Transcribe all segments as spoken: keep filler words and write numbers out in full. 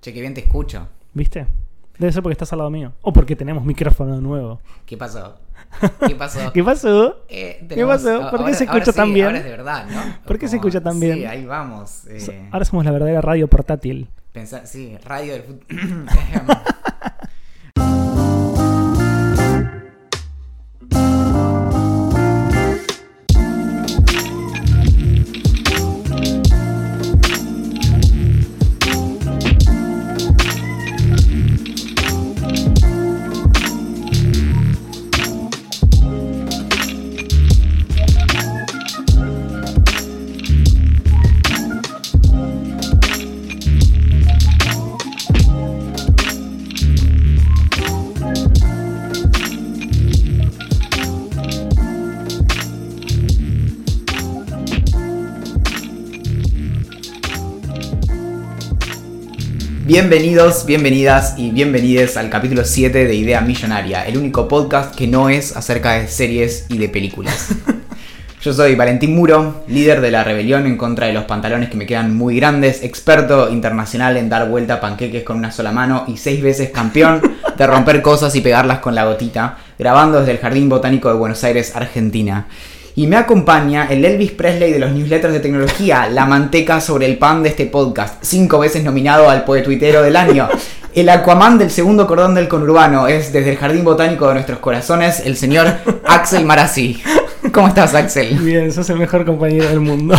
Che, qué bien te escucho. ¿Viste? Debe ser porque estás al lado mío. O porque tenemos micrófono nuevo. ¿Qué pasó? ¿Qué pasó? ¿Qué pasó? Eh, ¿Qué pasó? ¿Por qué ahora, se escucha ahora tan sí, bien? Ahora es de verdad, ¿no? ¿Por qué Como, se escucha tan bien? Sí, ahí vamos. Eh, Ahora somos la verdadera radio portátil. Pensá, sí, radio del futuro. Bienvenidos, bienvenidas y bienvenides al capítulo siete de Idea Millonaria, el único podcast que no es acerca de series y de películas. Yo soy Valentín Muro, líder de la rebelión en contra de los pantalones que me quedan muy grandes, experto internacional en dar vuelta a panqueques con una sola mano y seis veces campeón de romper cosas y pegarlas con la gotita, grabando desde el Jardín Botánico de Buenos Aires, Argentina. Y me acompaña el Elvis Presley de los newsletters de tecnología, la manteca sobre el pan de este podcast, cinco veces nominado al poetuitero del año. El Aquaman del segundo cordón del conurbano es, desde el Jardín Botánico de nuestros corazones, el señor Axel Marazzi. ¿Cómo estás, Axel? Bien, sos el mejor compañero del mundo.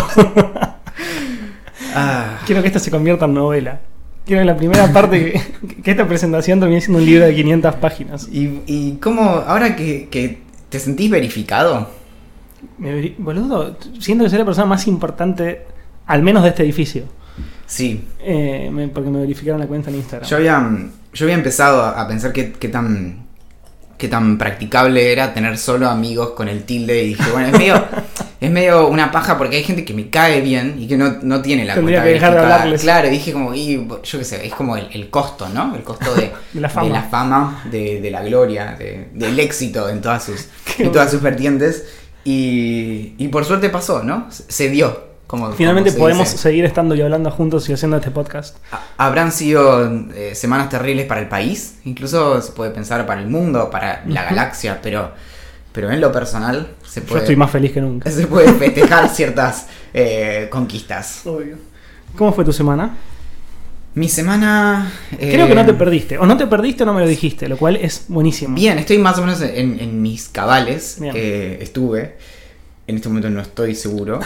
Ah. Quiero que esto se convierta en novela. Quiero que la primera parte, que, que esta presentación termine siendo un libro de quinientas páginas. ¿Y, y cómo, ahora que, que te sentís verificado? Me, boludo, siento que soy la persona más importante, al menos de este edificio. Sí. Eh, me, porque me verificaron la cuenta en Instagram. Yo había, yo había empezado a pensar qué, qué tan qué tan practicable era tener solo amigos con el tilde y dije, bueno, es medio, es medio una paja porque hay gente que me cae bien y que no, no tiene la Tendría cuenta que dejar de verificada. hablarles. Claro, dije como, y, yo qué sé, es como el, el costo, ¿no? El costo de, de la fama, de, la, fama de, de la gloria, de, del éxito en todas sus, en todas sus vertientes. Y, y por suerte pasó, ¿no? Se dio. Como, Finalmente como podemos dice. seguir estando y hablando juntos y haciendo este podcast. Habrán sido eh, semanas terribles para el país, incluso se puede pensar para el mundo, para la uh-huh. galaxia, pero, pero en lo personal se puede. Yo estoy más feliz que nunca. Se puede festejar ciertas eh, conquistas. Obvio. ¿Cómo fue tu semana? Mi semana... Eh, Creo que no te perdiste. O no te perdiste o no me lo dijiste, lo cual es buenísimo. Bien, estoy más o menos en, en mis cabales. Eh, estuve. En este momento no estoy seguro.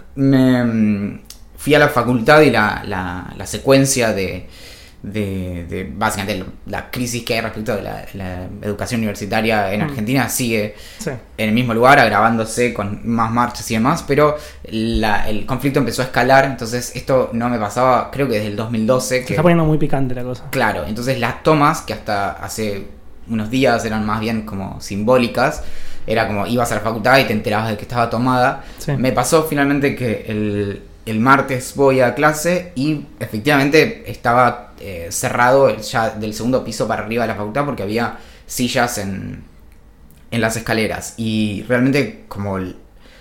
Me fui a la facultad y la, la, la secuencia de, de, de básicamente la crisis que hay respecto de la, la educación universitaria en mm. Argentina sigue sí. en el mismo lugar, agravándose con más marchas y demás, pero la, el conflicto empezó a escalar, entonces esto no me pasaba, creo que desde el dos mil doce. Se que, está poniendo muy picante la cosa. Claro, entonces las tomas, que hasta hace unos días eran más bien como simbólicas, era como ibas a la facultad y te enterabas de que estaba tomada. Sí. Me pasó finalmente que el, el martes voy a clase y efectivamente estaba eh, cerrado ya del segundo piso para arriba de la facultad porque había sillas en, en las escaleras. Y realmente como el,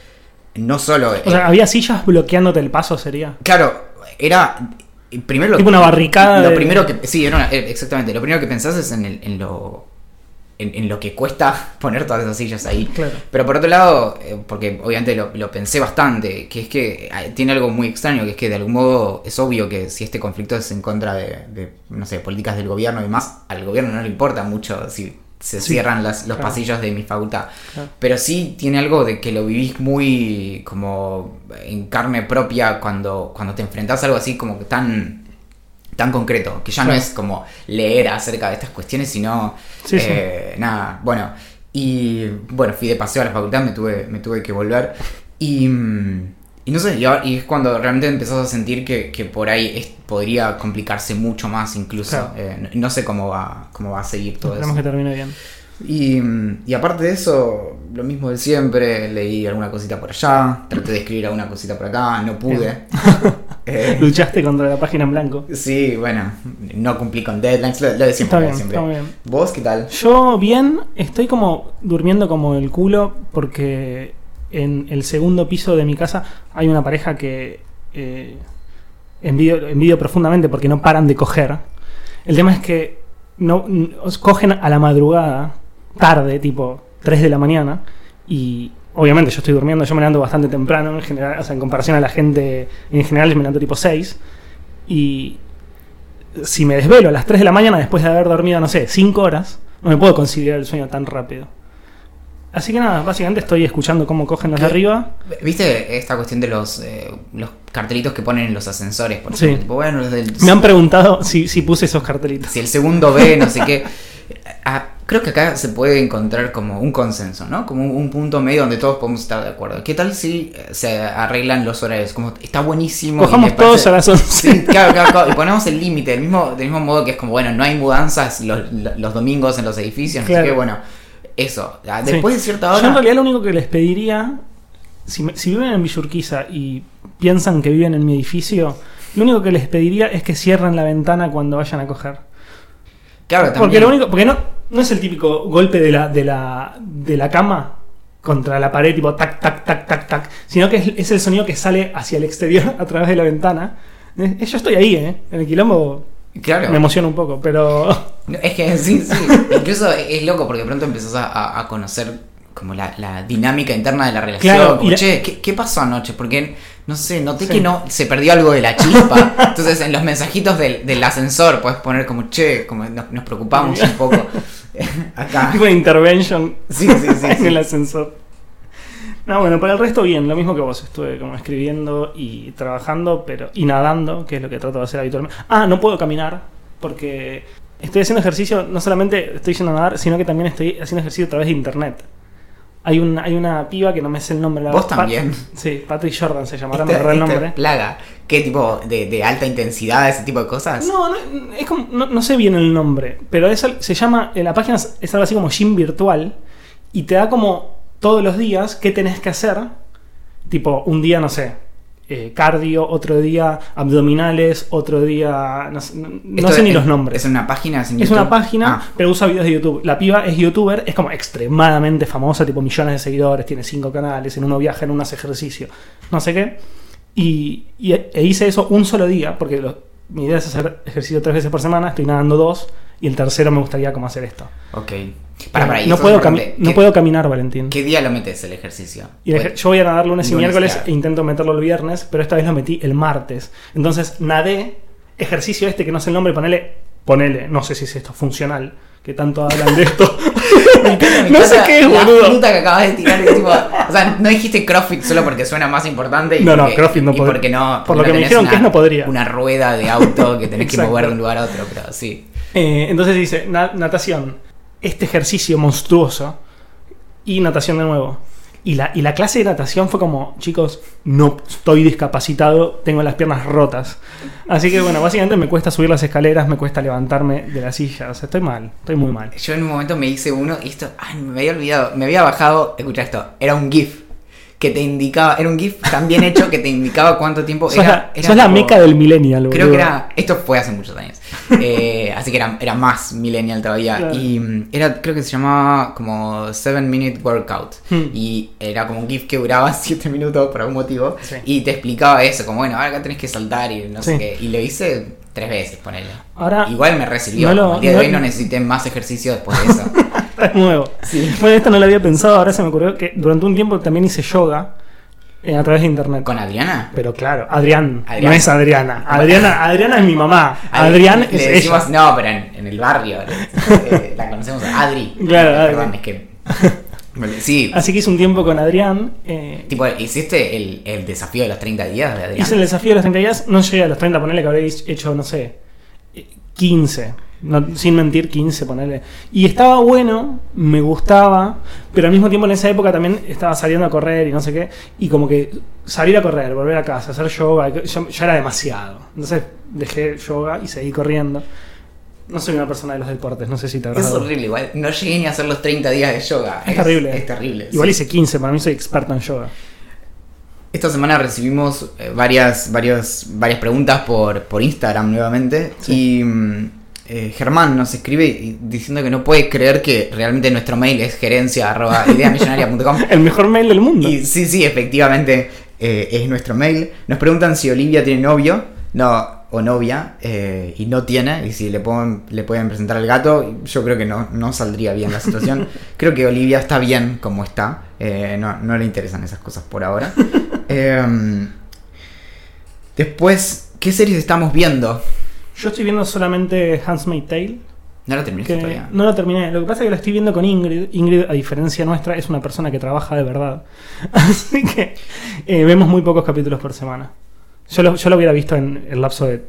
no solo... O eh, sea, había sillas bloqueándote el paso, sería. Claro, era... Primero tipo lo, una barricada. Lo de... primero que... Sí, era una, exactamente. Lo primero que pensás es en, el, en lo... En, en lo que cuesta poner todas esas sillas ahí. Claro. Pero por otro lado, eh, porque obviamente lo, lo pensé bastante, que es que eh, tiene algo muy extraño, que es que de algún modo es obvio que si este conflicto es en contra de, de no sé, políticas del gobierno y demás, al gobierno no le importa mucho si se sí, cierran las, los claro. pasillos de mi facultad. Claro. Pero sí tiene algo de que lo vivís muy como en carne propia cuando, cuando te enfrentás a algo así como que tan... tan concreto, que ya claro. no es como leer acerca de estas cuestiones, sino sí, eh, sí. nada, bueno, y bueno, fui de paseo a la facultad, me tuve, me tuve que volver y, y no sé, y, y es cuando realmente empezás a sentir que, que por ahí es, podría complicarse mucho más incluso, claro. eh, no, no sé cómo va, cómo va a seguir todo Esperemos eso. que termine bien. Y, y aparte de eso, lo mismo de siempre, leí alguna cosita por allá, traté de escribir alguna cosita por acá, no pude. eh, Luchaste contra la página en blanco. Sí, bueno, no cumplí con deadlines, lo, lo de siempre. Está bien, siempre. está bien. ¿Vos qué tal? Yo bien, estoy como durmiendo como el culo porque en el segundo piso de mi casa hay una pareja que eh, envidio, envidio profundamente porque no paran de coger. El tema es que no, os cogen a la madrugada, tarde, tipo tres de la mañana, y obviamente yo estoy durmiendo, yo me levanto bastante temprano, en general, o sea, en comparación a la gente, en general yo me levanto tipo seis, y si me desvelo a las tres de la mañana después de haber dormido, no sé, cinco horas, no me puedo conciliar el sueño tan rápido. Así que nada, básicamente estoy escuchando cómo cogen los de arriba. ¿Viste esta cuestión de los eh, los cartelitos que ponen en los ascensores? Por Sí. ejemplo? Tipo, bueno, los del, Me han preguntado si, si puse esos cartelitos. si el segundo B, no sé qué. Ah, creo que acá se puede encontrar como un consenso, ¿no? Como un, un punto medio donde todos podemos estar de acuerdo. ¿Qué tal si se arreglan los horarios? Como está buenísimo. Cojamos todos a las once. Sí, claro, claro, claro. Y ponemos el límite, del mismo, del mismo modo que es como, bueno, no hay mudanzas los, los domingos en los edificios, no Claro. sé qué, bueno. Eso, después Sí. de cierta hora. Yo en realidad lo único que les pediría, si, me- si viven en Villa Urquiza y piensan que viven en mi edificio, lo único que les pediría es que cierren la ventana cuando vayan a coger. Claro, Porque también. lo único, porque no, no es el típico golpe de la, de la, de la cama contra la pared, tipo tac, tac, tac, tac, tac, sino que es, es el sonido que sale hacia el exterior a través de la ventana. Eh, Yo estoy ahí, ¿eh? En el quilombo Claro. me emociona un poco, pero... No, es que sí, sí. Incluso es loco porque de pronto empezás a, a- a conocer como la, la dinámica interna de la relación. Claro, Como, y la- che, ¿qué, qué pasó anoche? Porque, no sé, noté Sí. que no se perdió algo de la chispa. Entonces, en los mensajitos del, del ascensor puedes poner como, che, como nos, nos preocupamos un poco. Acá. Tipo de intervention Sí, sí, sí, en sí. el ascensor. No, bueno, para el resto bien, lo mismo que vos. Estuve como escribiendo y trabajando, pero y nadando, que es lo que trato de hacer habitualmente. Ah, no puedo caminar porque estoy haciendo ejercicio, no solamente estoy yendo a nadar, sino que también estoy haciendo ejercicio a través de internet. Hay una, hay una piba que no me sé el nombre. La ¿Vos Pat- también? Sí, Patrick Jordan se llama, ahora me Esta- agarré el esta nombre. plaga. ¿Qué tipo de, de alta intensidad, ese tipo de cosas? No, no, es como, no, no sé bien el nombre, pero es, al- se llama, en la página es algo así como gym virtual y te da como todos los días qué tenés que hacer, tipo un día, no sé, eh, cardio, otro día abdominales, otro día, no, sé- no- no Esto sé ni es- los nombres. ¿Es una página? ¿Es, en Es YouTube? una página, Ah, pero usa videos de YouTube. La piba es youtuber, es como extremadamente famosa, tipo millones de seguidores, tiene cinco canales, en uno viaja, en uno hace ejercicio, no sé qué. Y, y- e hice eso un solo día, porque lo- mi idea es hacer ejercicio tres veces por semana, estoy nadando dos, y el tercero me gustaría como hacer esto. ok. Para, para, y no, esto puedo es cami- importante. no ¿Qué- puedo caminar, Valentín. ¿Qué día lo metes el ejercicio? Y el ejer- yo voy a nadar lunes y Lunes, miércoles claro. e intento meterlo el viernes, pero esta vez lo metí el martes. Entonces nadé, ejercicio este que no sé el nombre, ponele, ponele, no sé si es esto funcional, que tanto hablan de esto. Me encanta, me No sé encanta qué es, la boludo. fruta que acabas de tirar. Es tipo, o sea, no dijiste CrossFit solo porque suena más importante. Y No, no, porque, CrossFit no y podría. porque no. Por porque lo que me tenés dijeron una- que es, no podría. Una rueda de auto que tenés que Exacto. mover de un lugar a otro, pero sí. Eh, entonces dice, na- natación, este ejercicio monstruoso y natación de nuevo. Y la, y la clase de natación fue como, chicos, no estoy discapacitado, tengo las piernas rotas. Así que bueno, básicamente me cuesta subir las escaleras, me cuesta levantarme de la silla. O sea, estoy mal, estoy muy mal. Yo en un momento me hice uno y esto. Ay, me había olvidado. Me había bajado. Escucha esto. Era un GIF. Que te indicaba. Era un GIF tan bien hecho que te indicaba cuánto tiempo. Sos, Era, la, era sos la tipo- meca del millennial, Creo boludo. que era. Esto fue hace muchos años. Eh, así que era, era más millennial todavía. Claro. Y mm, era, creo que se llamaba como seven minute Workout. Hmm. Y era como un GIF que duraba siete minutos por algún motivo. Sí. Y te explicaba eso, como bueno, ahora acá tenés que saltar y no sé Sí. qué. Y lo hice tres veces, ponele. Ahora, Igual me recibió. no lo- Al día de no- hoy no necesité más ejercicio después de eso. es nuevo. Bueno, esto no lo había pensado, ahora se me ocurrió que durante un tiempo también hice yoga eh, a través de internet. ¿Con Adriana? Pero claro, Adrián, Adrián. no es Adriana. Adriana, Adriana es mi mamá. Adrián le es decimos, ella. no, pero en, en el barrio eh, la conocemos a Adri. Claro, Eh, Adri. Perdón, es que. Sí, Así que hice un tiempo con Adrián. eh, tipo, hiciste el, el desafío de los treinta días de Adrián. hice el desafío de los treinta días. No llegué a los treinta, ponele que habría hecho, no sé, eh, quince. No, sin mentir, quince, ponele. Y estaba bueno, me gustaba, pero al mismo tiempo en esa época también estaba saliendo a correr y no sé qué. Y como que salir a correr, volver a casa, hacer yoga, ya, ya era demasiado. Entonces dejé yoga y seguí corriendo. No soy una persona de los deportes, no sé si te habrás Es dado- horrible, igual. No llegué ni a hacer los treinta días de yoga. Es terrible. Es terrible. Igual sí. hice quince, para mí soy experto en yoga. Esta semana recibimos eh, varias, varias, varias preguntas por, por Instagram nuevamente. Sí. Y mm, eh, Germán nos escribe y- diciendo que no puede creer que realmente nuestro mail es gerencia arroba idea millonaria punto com. El mejor mail del mundo. Y sí, sí, efectivamente eh, es nuestro mail. Nos preguntan si Olivia tiene novio. No, o novia eh, y no tiene, y si le pueden, le pueden presentar al gato, yo creo que no, no saldría bien la situación. Creo que Olivia está bien como está, eh, no, no le interesan esas cosas por ahora. eh, después, ¿qué series estamos viendo? Yo estoy viendo solamente Handmaid's Tale. No la terminaste Que todavía. no lo terminé. Lo que pasa es que lo estoy viendo con Ingrid. Ingrid, a diferencia nuestra, es una persona que trabaja de verdad. Así que eh, vemos muy pocos capítulos por semana. Yo lo, yo lo hubiera visto en el lapso de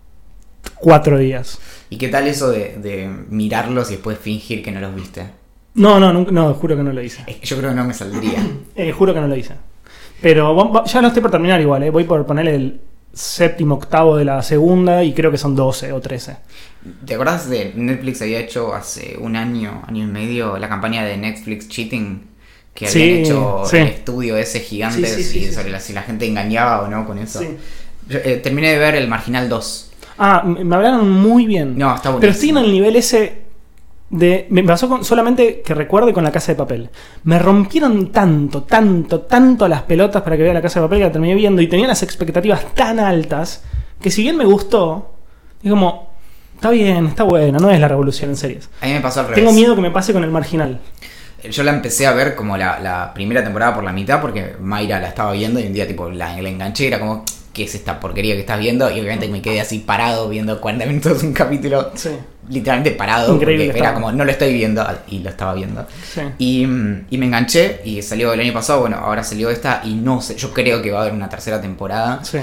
cuatro días. ¿Y qué tal eso de, de mirarlos y después fingir que no los viste? No, no, no, no, juro que no lo hice. Es que yo creo que no me saldría. Eh, juro que no lo hice. Pero va- va- ya lo estoy por terminar igual, eh. Voy por ponerle el séptimo, octavo de la segunda y creo que son doce o trece. ¿Te acordás de Netflix había hecho hace un año, año y medio, la campaña de Netflix Cheating? Que Sí, habían hecho sí. el estudio ese gigante Sí, sí, sí, y sí, sobre sí. la, si la gente engañaba o no con eso. Sí. Yo, eh, terminé de ver El Marginal dos. Ah, m- me hablaron muy bien. No, está buenísimo. Pero estoy en el nivel ese de... Me pasó con, solamente que recuerde con La Casa de Papel. Me rompieron tanto, tanto, tanto las pelotas para que vea La Casa de Papel que la terminé viendo y tenía las expectativas tan altas que si bien me gustó, es como... Está bien, está buena, no es la revolución en series. A mí me pasó al revés. Tengo miedo que me pase con El Marginal. Yo la empecé a ver como la, la primera temporada por la mitad porque Mayra la estaba viendo y un día tipo la, la enganché y era como, ¿qué es esta porquería que estás viendo? Y obviamente me quedé así parado viendo cuarenta minutos un capítulo, Sí. literalmente parado. Increíble Porque era estaba. como, no lo estoy viendo y lo estaba viendo. Sí. Y, mm, y me enganché y salió el año pasado, bueno, ahora salió esta y no sé, yo creo que va a haber una tercera temporada. Sí.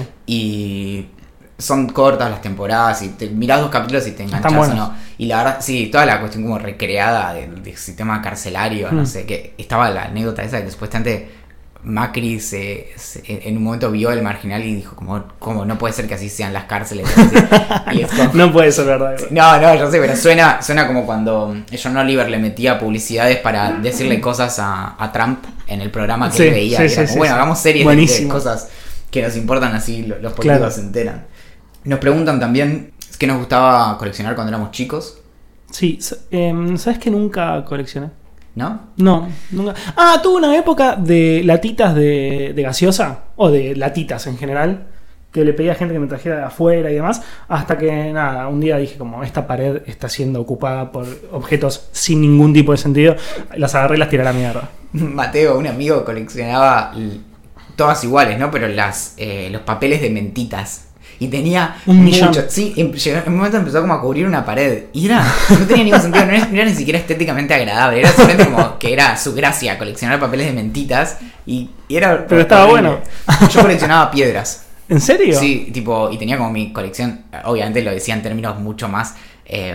Y son cortas las temporadas y te mirás dos capítulos y te enganchás Están o buenas. no. Y la verdad, sí, toda la cuestión como recreada del, del sistema carcelario, no Mm. sé, que estaba la anécdota esa de que supuestamente Macri se, se- en un momento vio El Marginal y dijo como, como no puede ser que así sean las cárceles. Así. Y es como- No puede ser verdad. no, no, yo sé, pero suena, suena como cuando John Oliver le metía publicidades para decirle cosas a, a Trump en el programa que Sí, él veía. sí, que sí, era como, sí, bueno, sí. hagamos series de, de Buenísimo. cosas que nos importan así, lo- los políticos Claro. se enteran. Nos preguntan también qué nos gustaba coleccionar cuando éramos chicos, Sí, s- em, ¿sabes que nunca coleccioné? ¿no? No, nunca. Ah, tuve una época de latitas de, de gaseosa, o de latitas en general, que le pedía a gente que me trajera de afuera y demás, hasta que nada, un día dije como esta pared está siendo ocupada por objetos sin ningún tipo de sentido, las agarré y las tiré a la mierda. Mateo, un amigo, coleccionaba l- todas iguales, ¿no? Pero las eh, los papeles de mentitas. Y tenía Un millón. mucho. Sí, en, llegó- en un momento empezó como a cubrir una pared. Y era. No tenía ningún sentido. No era, no era ni siquiera estéticamente agradable. Era simplemente como que era su gracia coleccionar papeles de mentitas. Y, y era. Pero estaba horrible. bueno. Yo coleccionaba piedras. ¿En serio? Sí, tipo. Y tenía como mi colección. Obviamente lo decía en términos mucho más. eh,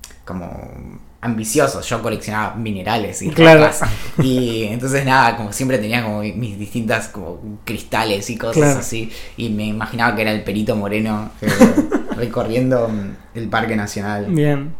como. Ambiciosos. Yo coleccionaba minerales y Claro. rocas. Y entonces nada, como siempre tenía como mis distintas como cristales y cosas Claro. así. Y me imaginaba que era el Perito Moreno eh, recorriendo mm, el Parque Nacional. Bien.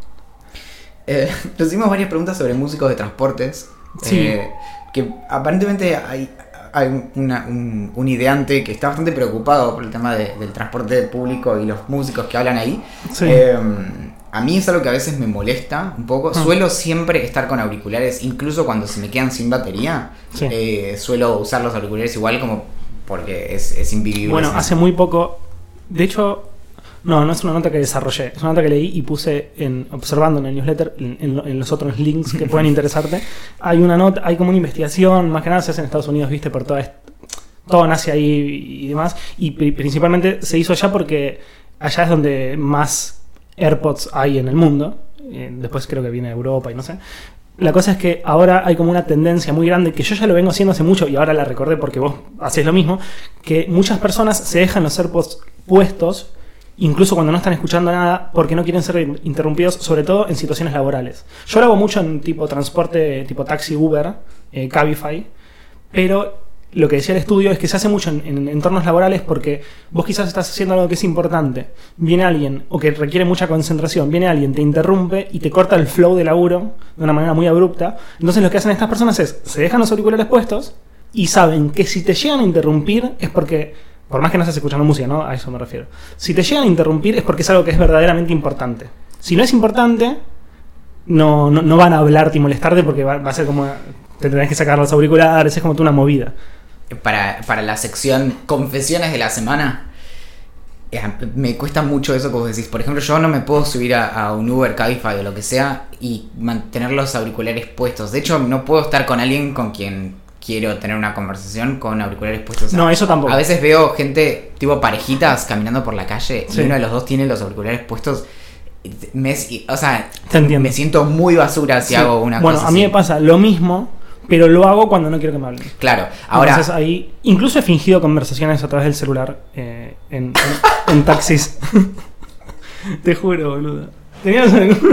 Eh, recibimos varias preguntas sobre músicos de transportes. Sí. eh, que aparentemente hay, hay una- un, un ideante que está bastante preocupado por el tema de- del transporte público y los músicos que hablan ahí. Sí. Eh, a mí es algo que a veces me molesta un poco. Ah. Suelo siempre estar con auriculares, incluso cuando se me quedan sin batería. Sí. Eh, suelo usar los auriculares igual como porque es, es invivible. Bueno, sin- hace muy poco. De hecho, no, no es una nota que desarrollé. Es una nota que leí y puse en observando en el newsletter, en, en- en los otros links que pueden interesarte. Hay una nota, hay como una investigación, más que nada se hace en Estados Unidos, viste, por toda est- todo nace ahí y demás. Y pri- principalmente se hizo allá porque allá es donde más AirPods hay en el mundo. Eh, después creo que viene de Europa y no sé. La cosa es que ahora hay como una tendencia muy grande, que yo ya lo vengo haciendo hace mucho y ahora la recordé porque vos hacés lo mismo, que muchas personas se dejan los AirPods puestos, incluso cuando no están escuchando nada, porque no quieren ser interrumpidos, sobre todo en situaciones laborales. Yo lo hago mucho en tipo transporte, tipo taxi, Uber, eh, Cabify, pero lo que decía el estudio es que se hace mucho en, en entornos laborales porque vos quizás estás haciendo algo que es importante, viene alguien, o que requiere mucha concentración, viene alguien, te interrumpe y te corta el flow de laburo de una manera muy abrupta. Entonces lo que hacen estas personas es, se dejan los auriculares puestos y saben que si te llegan a interrumpir es porque, por más que no estés escuchando música, ¿no? A eso me refiero. Si te llegan a interrumpir es porque es algo que es verdaderamente importante. Si no es importante, no, no, no van a hablarte y molestarte porque va, va a ser como, te tendrás que sacar los auriculares, es como toda una movida. Para, para la sección Confesiones de la Semana. eh, me cuesta mucho eso que vos decís. Por ejemplo, yo no me puedo subir a, a un Uber, Cabify o lo que sea y mantener los auriculares puestos. De hecho, no puedo estar con alguien con quien quiero tener una conversación con auriculares puestos. O sea, no, eso tampoco. A veces veo gente, tipo parejitas, caminando por la calle sí. y uno de los dos tiene los auriculares puestos. Me, o sea, te entiendo. Me siento muy basura si sí. hago una bueno, cosa a mí así. me pasa lo mismo, pero lo hago cuando no quiero que me hablen. Claro, ahora... Entonces ahí, incluso he fingido conversaciones a través del celular eh, en, en, en taxis. Te juro, boludo. Tenía los...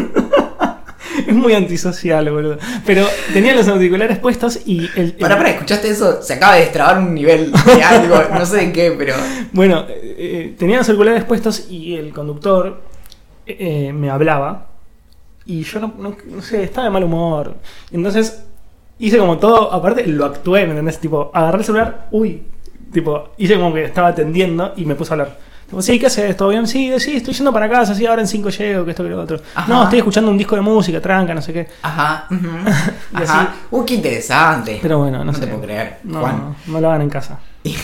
Es muy antisocial, boludo. Pero tenía los auriculares puestos y... El, el... Pará, pará, ¿escuchaste eso? Se acaba de destrabar un nivel de algo, no sé de qué, pero... Bueno, eh, tenía los auriculares puestos y el conductor eh, me hablaba y yo no, no, no sé, estaba de mal humor. Entonces hice como todo, aparte lo actué, ¿me entendés? Tipo, agarré el celular, uy, tipo, hice como que estaba atendiendo y me puse a hablar. Tipo, sí, ¿qué haces? ¿Todo bien? Sí, sí, estoy yendo para casa, sí, ahora en cinco llego, que esto, que lo otro. Ajá. No, estoy escuchando un disco de música, tranca, no sé qué. Ajá, uh-huh. Ajá. Así. Uh, qué interesante. Pero bueno, no, no sé. te puedo creer, no, Juan. No, no lo hagan en casa.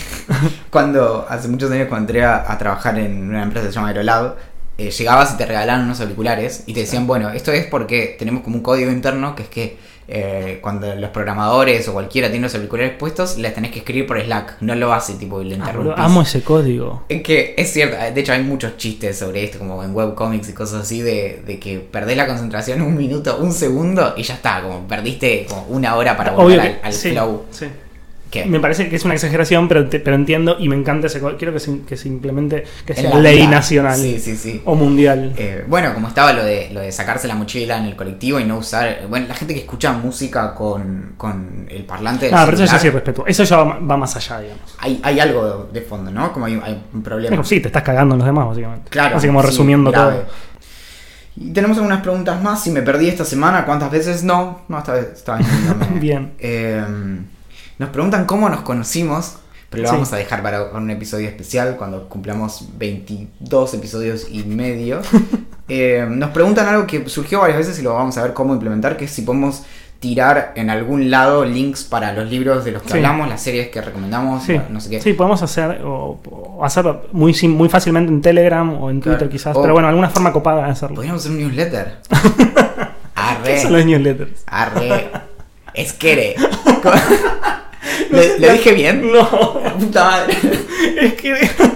Cuando, hace muchos años, cuando entré a, a trabajar en una empresa que se llama Aerolab, eh, llegabas y te regalaban unos auriculares y te decían, bueno, esto es porque tenemos como un código interno que es que Eh, cuando los programadores o cualquiera tienen los auriculares puestos, les tenés que escribir por Slack. No lo hace, tipo, y le interrumpís. Ah, amo ese código. Es que es cierto, de hecho hay muchos chistes sobre esto, como en webcomics y cosas así, de, de que perdés la concentración un minuto, un segundo y ya está, como perdiste como una hora para volver al, al sí, flow. Sí. ¿Qué? Me parece que es una exageración, pero, te, pero entiendo y me encanta ese código. Quiero que se, que se implemente, que sea ley vida. nacional sí, sí, sí. o mundial. Eh, bueno, como estaba lo de lo de sacarse la mochila en el colectivo y no usar... Bueno, la gente que escucha música con, con el parlante del Ah, celular, pero eso ya sí respeto. Eso ya va, va más allá, digamos. Hay, hay algo de fondo, ¿no? Como hay, hay un problema. Pero sí, te estás cagando en los demás, básicamente. Claro. Así como sí, resumiendo grave. todo. Y tenemos algunas preguntas más. Si me perdí esta semana, ¿cuántas veces? No, no, esta vez estaba entendiéndome. Bien. Eh, nos preguntan cómo nos conocimos, pero lo sí. vamos a dejar para un episodio especial cuando cumplamos veintidós episodios y medio. eh, nos preguntan algo que surgió varias veces y lo vamos a ver cómo implementar, que es si podemos tirar en algún lado links para los libros de los que sí. hablamos, las series que recomendamos, sí. no sé qué. Sí, podemos hacer o, o hacerlo muy, muy fácilmente en Telegram o en Twitter, claro. quizás, o pero bueno, alguna forma copada de hacerlo. Podríamos hacer un newsletter. Arre. ¿Qué son los newsletters? Arre. Esquere. ¿Le, ¿Le dije bien? No. Puta madre. Es que...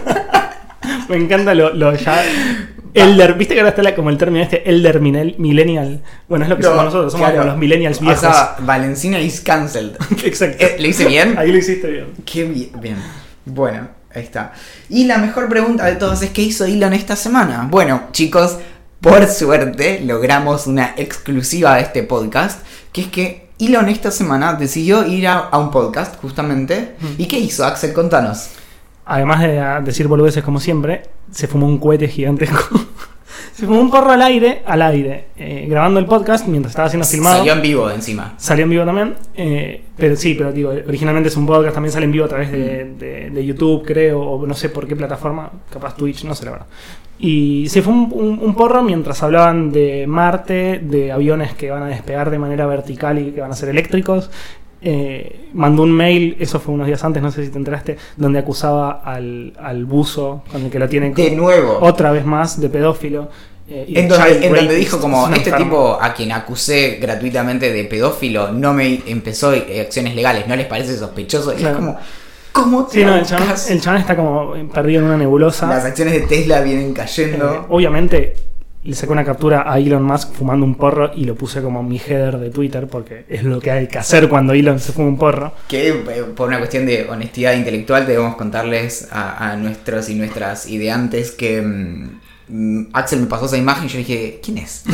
Me encanta lo, lo ya... Elder, viste que ahora está la, como el término este, Elder Millennial. Bueno, es lo que no, somos nosotros, somos claro. como los millennials viejos. O sea, Valencina is cancelled. Exacto. ¿Le hice bien? Ahí lo hiciste bien. Qué bien. bien. Bueno, ahí está. Y la mejor pregunta de todas es ¿qué hizo Elon esta semana? Bueno, chicos, por suerte logramos una exclusiva de este podcast, que es que Elon esta semana decidió ir a, a un podcast, justamente. Mm. ¿Y qué hizo, Axel? Contanos. Además de decir boludeces como siempre, se fumó un cohete gigantesco. Se fumó un porro al aire, al aire, eh, grabando el podcast mientras estaba siendo filmado. Salió en vivo encima. Salió en vivo también. Eh, pero sí, pero digo, originalmente es un podcast, también sale en vivo a través de, de, de YouTube, creo, o no sé por qué plataforma, capaz Twitch, no sé la verdad. Y se fue un, un, un porro mientras hablaban de Marte, de aviones que van a despegar de manera vertical y que van a ser eléctricos. Eh, mandó un mail, eso fue unos días antes, no sé si te enteraste, donde acusaba al, al buzo con el que lo tienen de nuevo otra vez más de pedófilo. Eh, y en, donde, en donde dijo como este enfermo. Tipo a quien acusé gratuitamente de pedófilo no me empezó acciones legales, ¿no les parece sospechoso? Y claro. Es como ¿cómo te sí, no, el, chabón, el chabón está como perdido en una nebulosa. Las acciones de Tesla vienen cayendo. Eh, obviamente le saqué una captura a Elon Musk fumando un porro y lo puse como mi header de Twitter porque es lo que hay que hacer cuando Elon se fuma un porro. Que eh, por una cuestión de honestidad intelectual debemos contarles a, a nuestros y nuestras ideantes que mmm, Axel me pasó esa imagen y yo dije, ¿quién es?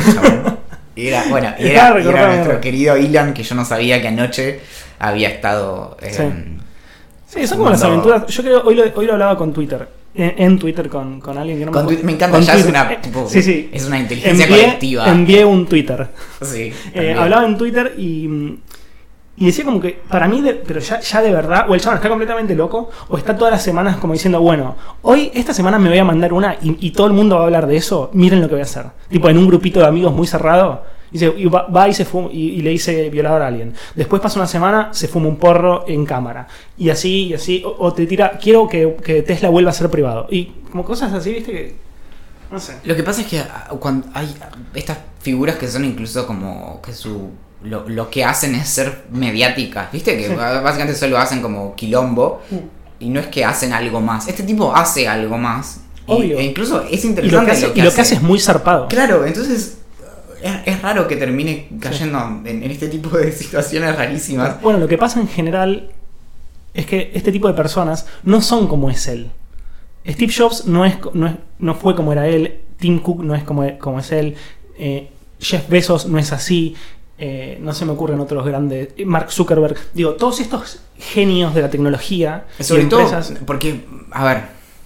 Y era, bueno, y era, y era nuestro querido Elon, que yo no sabía que anoche había estado... Eh, sí. Sí, son como las aventuras. Yo creo hoy lo, hoy lo hablaba con Twitter. En, en Twitter con, con alguien que no con me tu, Me encanta, con ya Twitter. es una tipo, sí, sí. Es una inteligencia envié, colectiva. Envié un Twitter. Sí. Eh, hablaba en Twitter y, y decía como que para mí, de, pero ya, ya de verdad, o el chabón está completamente loco, o está todas las semanas como diciendo, bueno, hoy, esta semana me voy a mandar una y, y todo el mundo va a hablar de eso, miren lo que voy a hacer. Tipo en un grupito de amigos muy cerrado. Y, se, y va, va y, se fuma, y, y le dice violador a alguien. Después pasa una semana, se fuma un porro en cámara. Y así, y así. O, o te tira, quiero que, que Tesla vuelva a ser privado. Y como cosas así, viste que... No sé. Lo que pasa es que cuando hay estas figuras que son incluso como que su... Lo, lo que hacen es ser mediáticas, ¿viste? Que sí. Básicamente solo hacen como quilombo. Mm. Y no es que hacen algo más. Este tipo hace algo más. Obvio. Y, e incluso es interesante. Y lo que hace, lo que, y lo hace. que hace es muy zarpado. Claro, entonces... Es, es raro que termine cayendo sí. en, en este tipo de situaciones rarísimas. Bueno, lo que pasa en general es que este tipo de personas no son como es él. Steve Jobs no, es, no, es, no fue como era él. Tim Cook no es como, como es él. Eh, Jeff Bezos no es así. Eh, no se me ocurren otros grandes. Mark Zuckerberg. Digo, todos estos genios de la tecnología. Sobre y empresas, todo, porque, a ver,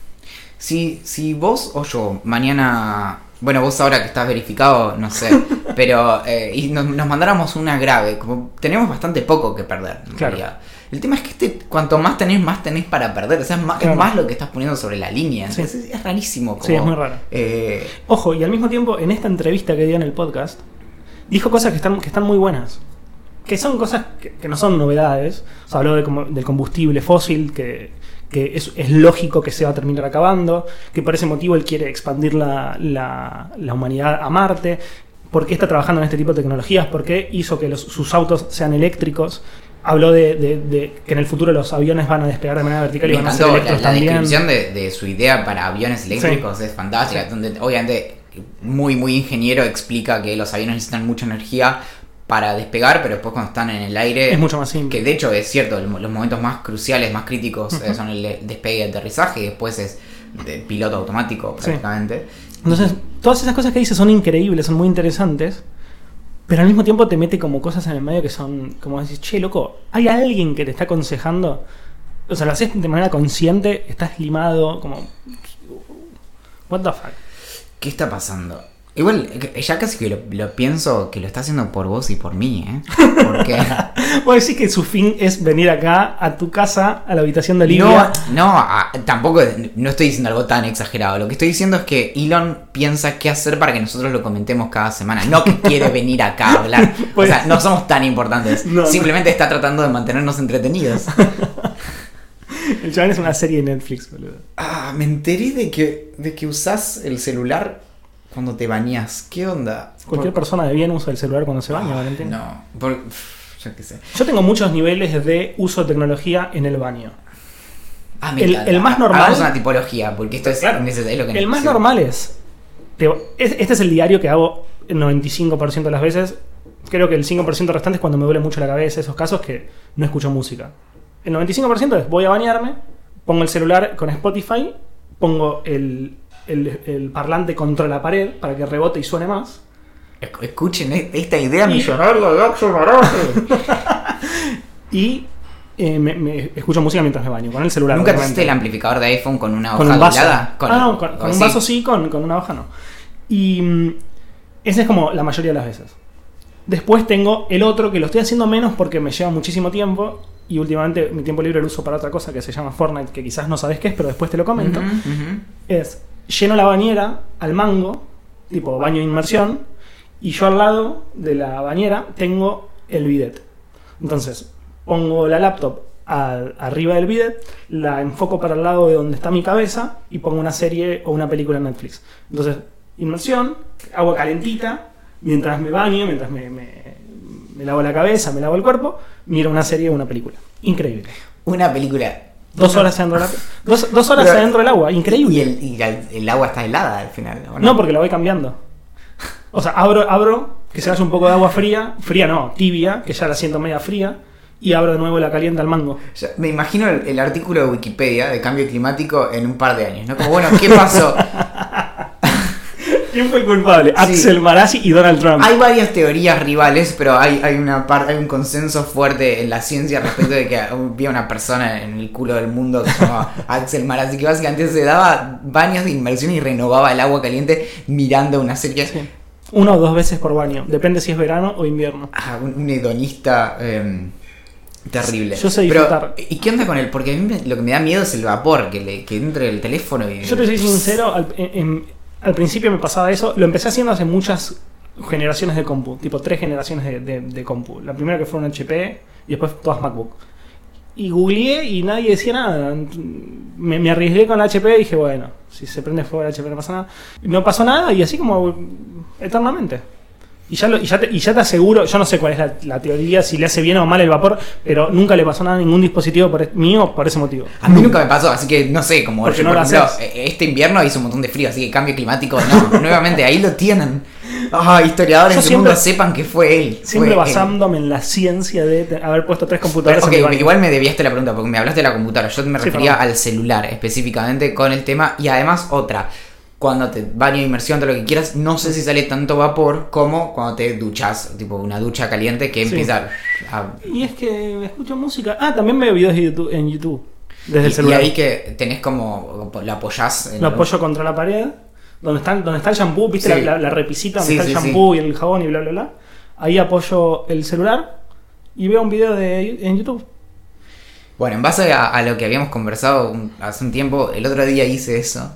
si, si vos o yo mañana... Bueno, vos ahora que estás verificado, no sé, pero eh, y nos, nos mandáramos una grave, como tenemos bastante poco que perder, en claro. realidad. El tema es que este, cuanto más tenés, más tenés para perder, o sea, es más, claro. es más lo que estás poniendo sobre la línea, entonces sí. es, es rarísimo. Como, sí, es muy raro. Eh... Ojo, y al mismo tiempo, en esta entrevista que dio en el podcast, dijo cosas que están, que están muy buenas, que son cosas que, que no son novedades. O sea, habló de como, del combustible fósil, que... que es, es lógico que se va a terminar acabando, que por ese motivo él quiere expandir la, la, la humanidad a Marte, por qué está trabajando en este tipo de tecnologías, por qué hizo que los, sus autos sean eléctricos. Habló de, de, de que en el futuro los aviones van a despegar de manera vertical y Me van a ser eléctricos la, la también. La descripción de, de su idea para aviones eléctricos sí. es fantástica, donde obviamente muy muy ingeniero explica que los aviones necesitan mucha energía para despegar, pero después cuando están en el aire es mucho más simple. Que de hecho es cierto, los momentos más cruciales, más críticos uh-huh. eh, son el despegue y el aterrizaje, y después es de piloto automático prácticamente. Sí. Entonces, todas esas cosas que dice son increíbles, son muy interesantes, pero al mismo tiempo te mete como cosas en el medio que son, como decís, che, loco, hay alguien que te está aconsejando, o sea, lo haces de manera consciente, estás limado, como... What the fuck? ¿Qué está pasando? Igual, ya casi que lo, lo pienso que lo está haciendo por vos y por mí, ¿eh? Porque... Vos decís que su fin es venir acá, a tu casa, a la habitación de Olivia. No, no, a, tampoco, no estoy diciendo algo tan exagerado. Lo que estoy diciendo es que Elon piensa qué hacer para que nosotros lo comentemos cada semana. No que quiere venir acá a hablar. Pues... O sea, no somos tan importantes. No, Simplemente no. está tratando de mantenernos entretenidos. El chabón es una serie de Netflix, boludo. Ah, me enteré de que, de que usás el celular... Cuando te bañas, ¿qué onda? Cualquier por... persona de bien usa el celular cuando se baña, oh, Valentín. No, por... yo qué sé. Yo tengo muchos niveles de uso de tecnología en el baño. Ah, me el, el más normal. Hagamos una tipología, porque esto es, claro, es lo que el necesito. más normal es, te, es. Este es el diario que hago el noventa y cinco por ciento de las veces. Creo que el cinco por ciento restante es cuando me duele mucho la cabeza, esos casos que no escucho música. El noventa y cinco por ciento es voy a bañarme, pongo el celular con Spotify, pongo el. El, el parlante contra la pared para que rebote y suene más. Escuchen esta idea y, millonaria de Axel Maraje. Y eh, me, me escucho música mientras me baño con el celular. ¿Nunca te hiciste el amplificador de iPhone con una con hoja un vaso. doblada? Con, ah, no, con, con un vaso sí, con, con una hoja no. Y mm, ese es como la mayoría de las veces. Después tengo el otro que lo estoy haciendo menos porque me lleva muchísimo tiempo. Y últimamente mi tiempo libre lo uso para otra cosa que se llama Fortnite, que quizás no sabes qué es, pero después te lo comento. Uh-huh, uh-huh. Es... lleno la bañera al mango, tipo baño de inmersión, y yo al lado de la bañera tengo el bidet. Entonces, pongo la laptop al, arriba del bidet, la enfoco para el lado de donde está mi cabeza y pongo una serie o una película en Netflix. Entonces, inmersión, agua calentita, mientras me baño, mientras me, me, me lavo la cabeza, me lavo el cuerpo, miro una serie o una película. Increíble. Una película... Dos horas adentro del agua. Dos, dos horas Pero, adentro del agua, increíble. Y, el, y el, el agua está helada al final, ¿no? No, porque la voy cambiando. O sea, abro, abro, que se vaya un poco de agua fría, fría no, tibia, que ya la siento media fría, y abro de nuevo la caliente al mango. Ya, me imagino el, el artículo de Wikipedia de cambio climático en un par de años, ¿no? Como, bueno, ¿qué pasó? ¿Quién fue el culpable? Sí. Axel Marazzi y Donald Trump. Hay varias teorías rivales, pero hay, hay una par, hay un consenso fuerte en la ciencia respecto de que había una persona en el culo del mundo que se llamaba Axel Marazzi, que básicamente se daba baños de inmersión y renovaba el agua caliente mirando una serie. Sí. Una o dos veces por baño, depende si es verano o invierno. Ah, un, un hedonista eh, terrible. Yo sé disfrutar. Pero, ¿y qué onda con él? Porque a mí me, lo que me da miedo es el vapor, que, le, que entre el teléfono y... Yo te soy sincero, al, en, en, al principio me pasaba eso, lo empecé haciendo hace muchas generaciones de compu, tipo tres generaciones de, de, de compu. La primera que fue un H P y después todas MacBook. Y googleé y nadie decía nada. Me, me arriesgué con la H P y dije, bueno, si se prende fuego la H P no pasa nada. No pasó nada y así como eternamente. Y ya, lo, y, ya te, y ya te aseguro, yo no sé cuál es la, la teoría, si le hace bien o mal el vapor, pero nunca le pasó nada a ningún dispositivo por, mío por ese motivo. A mí nunca me pasó, así que no sé, como Porque yo, no por lo ejemplo, haces. este invierno hizo un montón de frío, así que cambio climático, no, nuevamente, ahí lo tienen. Ah, historiadores Yo del siempre- mundo sepan que fue él. Siempre fue él. basándome en la ciencia de te- haber puesto tres Pero, computadoras ok, en mi baño. igual me deviaste la pregunta porque me hablaste de la computadora. Yo me Sí, refería perdón. al celular específicamente con el tema. Y además, otra. Cuando te baño, inmersión, todo lo que quieras, no sé si sale tanto vapor como cuando te duchas. Tipo una ducha caliente que Sí. empieza a. Y es que escucho música. Ah, también veo videos de YouTube, en YouTube. Desde el Y, y celular. ahí que tenés como. Lo apoyás. En Lo el- apoyo contra la pared. Donde está, donde está el shampoo, ¿viste? Sí. La, la, la repisita donde Sí, está el sí, sí. shampoo y el jabón y bla, bla, bla. Ahí apoyo el celular y veo un video de, en YouTube. Bueno, en base a, a lo que habíamos conversado un- hace un tiempo, el otro día hice eso.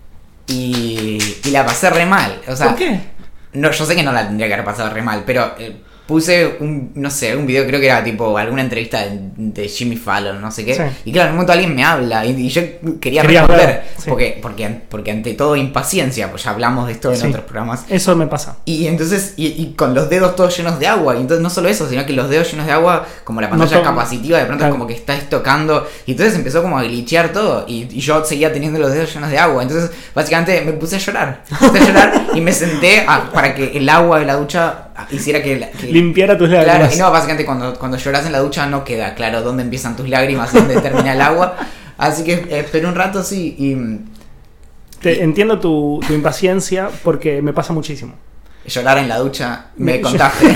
Y, y la pasé re mal. O sea, ¿Por qué? No, yo sé que no la tendría que haber pasado re mal, pero eh, puse un, no sé, un video, creo que era tipo alguna entrevista de, de Jimmy Fallon, no sé qué. Sí. Y claro, en un momento alguien me habla y, y yo quería Querías responder. ver, sí. porque, porque, porque ante todo impaciencia, pues ya hablamos de esto en Sí. otros programas. Eso me pasa. Y entonces, y, y con los dedos todos llenos de agua. Y entonces no solo eso, sino que los dedos llenos de agua, como la pantalla No to- capacitiva, de pronto claro. es como que estáis tocando. Y entonces empezó como a glitchear todo. Y, y yo seguía teniendo los dedos llenos de agua. Entonces, básicamente me puse a llorar. Me puse a llorar y me senté a- para que el agua de la ducha hiciera que. la- que Limpiar a tus lágrimas. claro, y no, básicamente cuando, cuando lloras en la ducha no queda claro dónde empiezan tus lágrimas y dónde termina el agua. Así que eh, esperé un rato, sí, y. Te, entiendo tu, tu impaciencia porque me pasa muchísimo. Llorar en la ducha, me Yo- contaste.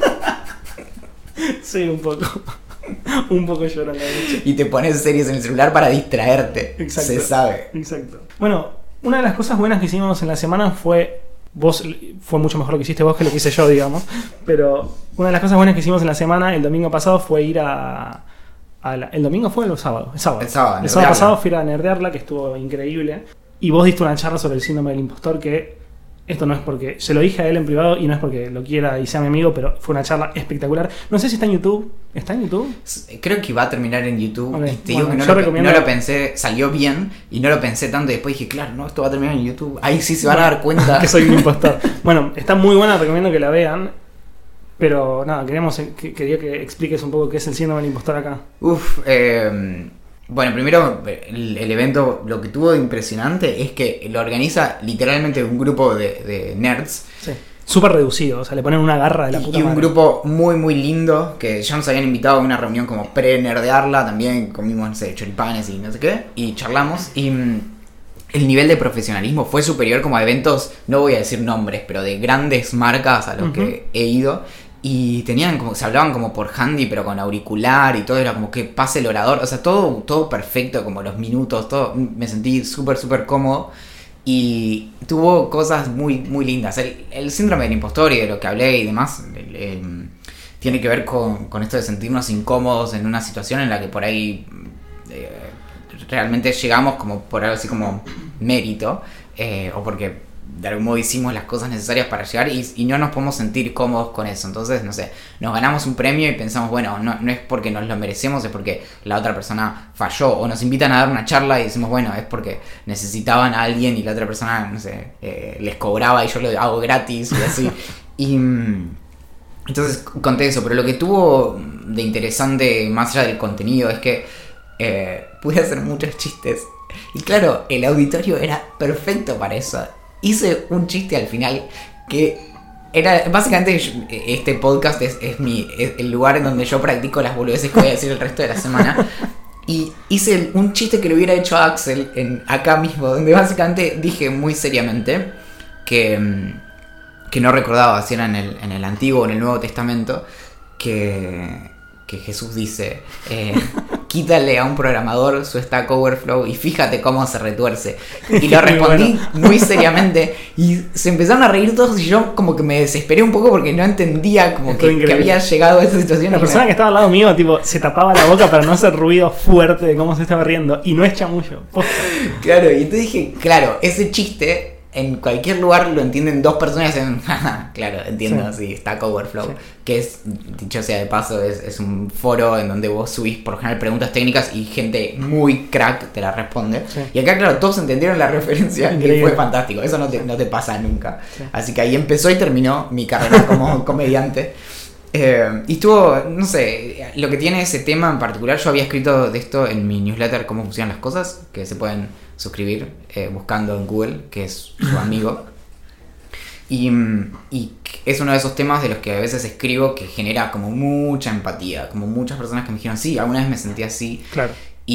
Sí, un poco. Un poco lloro en la noche. Y te pones series en el celular para distraerte. Exacto. Se sabe. Exacto. Bueno, una de las cosas buenas que hicimos en la semana fue. Vos fue mucho mejor lo que hiciste vos que lo que hice yo, digamos. Pero una de las cosas buenas que hicimos en la semana, el domingo pasado, fue ir a. a la- ¿El domingo fue o el sábado? El sábado. El sábado, El nerdearla. sábado pasado fui a ir a nerdearla, que estuvo increíble. Y vos diste una charla sobre el síndrome del impostor que. Esto no es porque. Se lo dije a él en privado y no es porque lo quiera y sea mi amigo, pero fue una charla espectacular. No sé si está en YouTube. ¿Está en YouTube? Creo que va a terminar en YouTube. Ok, Y te bueno, digo que no yo lo, recomiendo- no lo pensé, salió bien y no lo pensé tanto. Y después dije, claro, no, esto va a terminar en YouTube. Ahí sí se van a dar cuenta. Que soy un impostor. Bueno, está muy buena, recomiendo que la vean. Pero nada, queríamos que, quería que expliques un poco qué es el síndrome del impostor acá. Uf, eh, bueno, primero el, el evento, lo que tuvo de impresionante es que lo organiza literalmente un grupo de, de nerds. Sí. Súper reducido, o sea, le ponen una garra de la puta Y un madre. grupo muy muy lindo que ya nos habían invitado a una reunión como pre-nerdearla, también comimos, no sé, choripanes y no sé qué, y charlamos y mm, el nivel de profesionalismo fue superior como a eventos, no voy a decir nombres, pero de grandes marcas a los Ujú. que he ido. Y tenían como, se hablaban como por handy, pero con auricular y todo, era como que pase el orador, o sea, todo, todo perfecto, como los minutos, todo, me sentí súper, súper cómodo. Y tuvo cosas muy, muy lindas. El, el síndrome del impostor y de lo que hablé y demás el, eh, tiene que ver con, con esto de sentirnos incómodos en una situación en la que por ahí eh, realmente llegamos como por algo así como mérito, eh, o porque de algún modo hicimos las cosas necesarias para llegar y, y no nos podemos sentir cómodos con eso. Entonces, no sé, nos ganamos un premio y pensamos, bueno, no, no es porque nos lo merecemos, es porque la otra persona falló. O nos invitan a dar una charla y decimos, bueno, es porque necesitaban a alguien y la otra persona, no sé, eh, les cobraba y yo lo hago gratis y así. Y mm, entonces conté eso, pero lo que tuvo de interesante, más allá del contenido, es que eh, pude hacer muchos chistes. Y claro, el auditorio era perfecto para eso. Hice un chiste al final que era, básicamente, yo- este podcast es, es mi es el lugar en donde yo practico las boludeces que voy a decir el resto de la semana. Y hice el- un chiste que le hubiera hecho a Axel en, acá mismo, donde básicamente dije muy seriamente que, mm, que no recordaba si era en el, en el Antiguo o en el Nuevo Testamento, que, que Jesús dice, eh, quítale a un programador su Stack Overflow y fíjate cómo se retuerce. Y lo Muy respondí bueno. muy seriamente y se empezaron a reír todos y yo como que me desesperé un poco porque no entendía como Estuvo que, que increíble. había llegado a esa situación. La y persona me- que estaba al lado mío, tipo, se tapaba la boca para no hacer ruido fuerte de cómo se estaba riendo. Y no es chamullo. Posta. Claro, y entonces dije, claro, ese chiste en cualquier lugar lo entienden dos personas y dicen, claro, entiendo, sí, sí Stack Overflow, sí. Que es, dicho sea de paso, es, es un foro en donde vos subís por general preguntas técnicas y gente muy crack te la responde. Sí. Y acá, claro, todos entendieron la referencia y fue fantástico, eso no te, no te pasa nunca. Sí. Así que ahí empezó y terminó mi carrera como comediante. Eh, y estuvo, no sé, lo que tiene ese tema en particular, yo había escrito de esto en mi newsletter, Cómo funcionan las cosas, que se pueden suscribir eh, buscando en Google, que es su amigo. Y, y es uno de esos temas de los que a veces escribo que genera como mucha empatía, como muchas personas que me dijeron, sí, alguna vez me sentí así. Claro.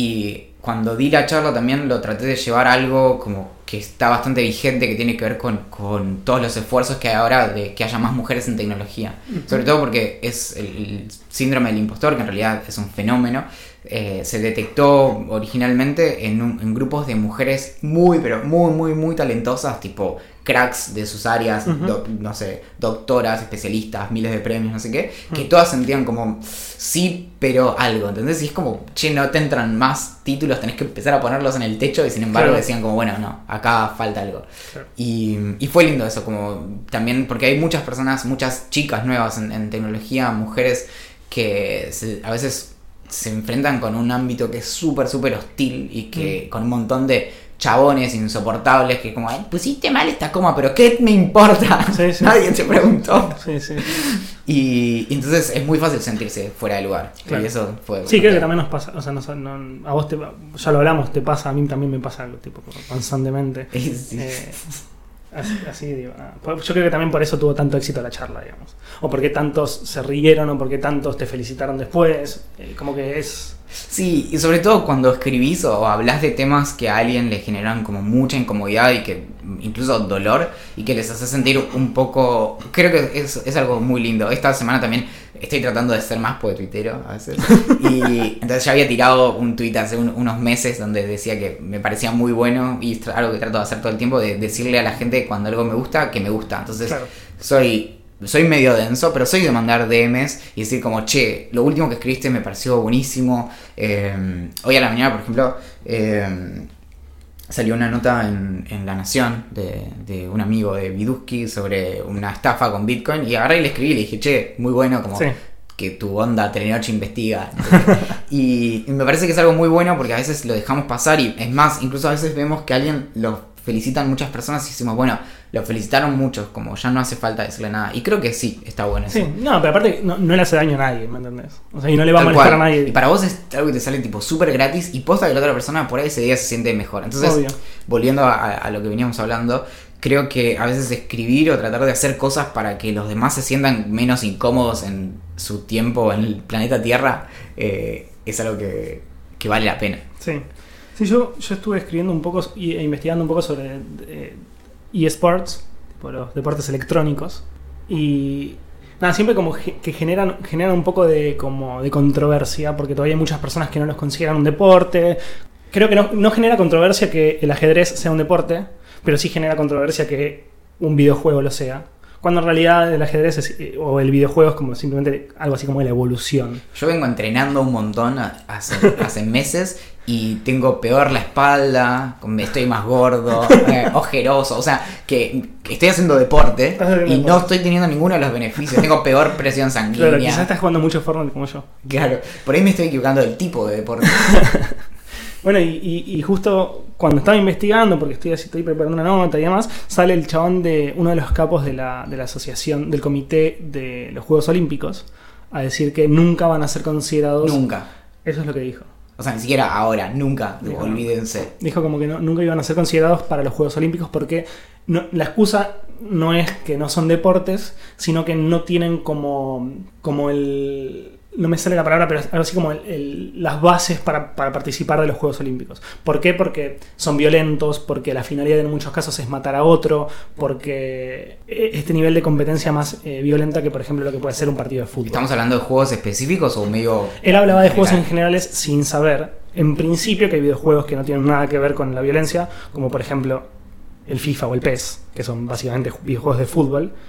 Y cuando di la charla también lo traté de llevar a algo como que está bastante vigente, que tiene que ver con, con todos los esfuerzos que hay ahora de que haya más mujeres en tecnología. Uh-huh. Sobre todo porque es el, el síndrome del impostor, que en realidad es un fenómeno. Eh, se detectó originalmente en, un, en grupos de mujeres muy, pero muy, muy, muy talentosas, tipo cracks de sus áreas, uh-huh. do, no sé, doctoras, especialistas, miles de premios, no sé qué, uh-huh. que todas sentían como, sí, pero algo, ¿entendés? Y es como, che, no te entran más títulos, tenés que empezar a ponerlos en el techo, y sin embargo claro. decían como, bueno, no, acá falta algo. Claro. Y, y fue lindo eso, como también, porque hay muchas personas, muchas chicas nuevas en, en tecnología, mujeres que se, a veces se enfrentan con un ámbito que es súper, súper hostil y que mm. con un montón de chabones insoportables que como, pusiste mal esta coma, pero ¿qué me importa? Sí, sí. Nadie te preguntó. Sí, sí. Y, y entonces es muy fácil sentirse fuera de lugar. Claro. Y eso fue... Sí, creo que también nos pasa, o sea, no, no, a vos te, ya lo hablamos, te pasa, a mí también me pasa algo, tipo, constantemente. Sí. Eh, Así, así digo, nada. Yo creo que también por eso tuvo tanto éxito la charla, digamos. O porque tantos se rieron, o porque tantos te felicitaron después. Eh, como que es... Sí, y sobre todo cuando escribís o hablas de temas que a alguien le generan como mucha incomodidad y que incluso dolor, y que les hace sentir un poco... Creo que es, es algo muy lindo. Esta semana también estoy tratando de ser más poetuitero a veces. Y entonces ya había tirado un tuit hace un, unos meses donde decía que me parecía muy bueno, y es algo que trato de hacer todo el tiempo, de decirle a la gente cuando algo me gusta, que me gusta. Entonces claro. soy... Soy medio denso, pero soy de mandar D Ms y decir como, che, lo último que escribiste me pareció buenísimo. Eh, hoy a la mañana, por ejemplo, eh, salió una nota en, en La Nación de, de un amigo de Vidusky sobre una estafa con Bitcoin, y agarré y le escribí y le dije, che, muy bueno, como... Sí. Que tu onda Telenoche investiga. y, y me parece que es algo muy bueno porque a veces lo dejamos pasar, y es más, incluso a veces vemos que alguien lo felicitan muchas personas y decimos, bueno, lo felicitaron muchos, como ya no hace falta decirle nada. Y creo que sí, está bueno eso. Sí, no, pero aparte no, no le hace daño a nadie, ¿me entendés? O sea, y no le va Tal a molestar cual. a nadie. Y para vos es algo que te sale tipo súper gratis, y posta que la otra persona por ahí ese día se siente mejor. Entonces, Obvio. volviendo a, a lo que veníamos hablando, creo que a veces escribir o tratar de hacer cosas para que los demás se sientan menos incómodos en su tiempo en el planeta Tierra eh, es algo que, que vale la pena. Sí, sí yo, yo estuve escribiendo un poco e investigando un poco sobre eh, eSports, tipo los deportes electrónicos, y nada, siempre como que generan, generan un poco de, como de controversia, porque todavía hay muchas personas que no los consideran un deporte. Creo que no, no genera controversia que el ajedrez sea un deporte, pero sí genera controversia que un videojuego lo sea. Cuando en realidad el ajedrez es, o el videojuego es como simplemente algo así como la evolución. Yo vengo entrenando un montón hace, hace meses y tengo peor la espalda, estoy más gordo, eh, ojeroso. O sea, que, que estoy haciendo deporte y deporte. No estoy teniendo ninguno de los beneficios. Tengo peor presión sanguínea. Claro, quizás estás jugando mucho Fortnite como yo. Claro, por ahí me estoy equivocando del tipo de deporte. Bueno, y, y, y justo cuando estaba investigando, porque estoy así, estoy preparando una nota y demás, sale el chabón de uno de los capos de la, de la asociación, del comité de los Juegos Olímpicos, a decir que nunca van a ser considerados. Nunca. Eso es lo que dijo. O sea, ni siquiera ahora, nunca, dijo, olvídense. Dijo como que no, nunca iban a ser considerados para los Juegos Olímpicos porque no, la excusa no es que no son deportes, sino que no tienen como, como el... No me sale la palabra, pero algo así como el, el, las bases para, para participar de los Juegos Olímpicos. ¿Por qué? Porque son violentos, porque la finalidad en muchos casos es matar a otro, porque este nivel de competencia más eh, violenta que, por ejemplo, lo que puede ser un partido de fútbol. ¿Estamos hablando de juegos específicos o medio...? Él hablaba de juegos en generales sin saber, en principio, que hay videojuegos que no tienen nada que ver con la violencia, como por ejemplo el FIFA o el P E S, que son básicamente videojuegos de fútbol,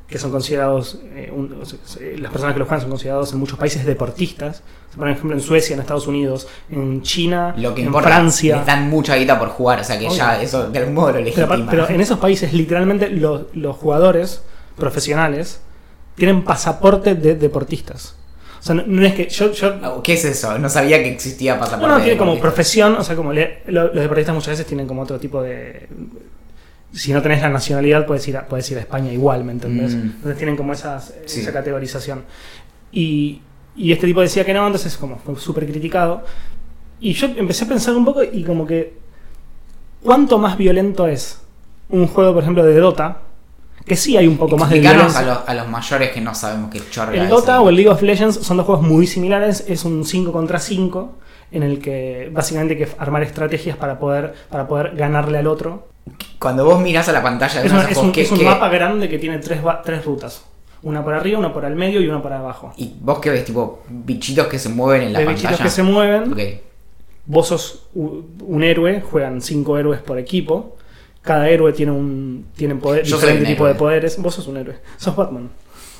que son considerados, eh, un, o sea, las personas que los juegan son considerados en muchos países deportistas. Por ejemplo, en Suecia, en Estados Unidos, en China, Lo que en importa, Francia. les dan mucha guita por jugar, o sea que Obvio. ya eso de algún modo lo legitima. Pero, pero en esos países, literalmente, los, los jugadores profesionales tienen pasaporte de deportistas. O sea, no, no es que yo, yo ¿Qué es eso? No sabía que existía pasaporte. No, no, de tiene como deportista. profesión, o sea, como le- lo- los deportistas muchas veces tienen como otro tipo de... Si no tenés la nacionalidad, puedes ir a, puedes ir a España igual, ¿me entendés? Mm. Entonces tienen como esas, Sí. esa categorización. Y, y este tipo decía que no, entonces como fue súper criticado. Y yo empecé a pensar un poco y como que... ¿Cuánto más violento es un juego, por ejemplo, de Dota? Que sí hay un poco más de Explicarnos violencia. a los, a los mayores que no sabemos qué chorra El es Dota eso. o el League of Legends son dos juegos muy similares. Es un cinco contra cinco en el que básicamente hay que armar estrategias para poder, para poder ganarle al otro. Cuando vos mirás a la pantalla de Es, uno una- de es esos un, juegos, es un ¿qué- qué- mapa grande que tiene tres, va- tres rutas. Una por arriba, una por al medio y una por abajo. Y vos que ves, tipo, bichitos que se mueven en la Hay pantalla. bichitos que se mueven. Ok. Vos sos u- un héroe, juegan cinco héroes por equipo. Cada héroe tiene un tiene poder, Yo soy diferente un tipo de héroe. poderes. Vos sos un héroe. Sos Batman.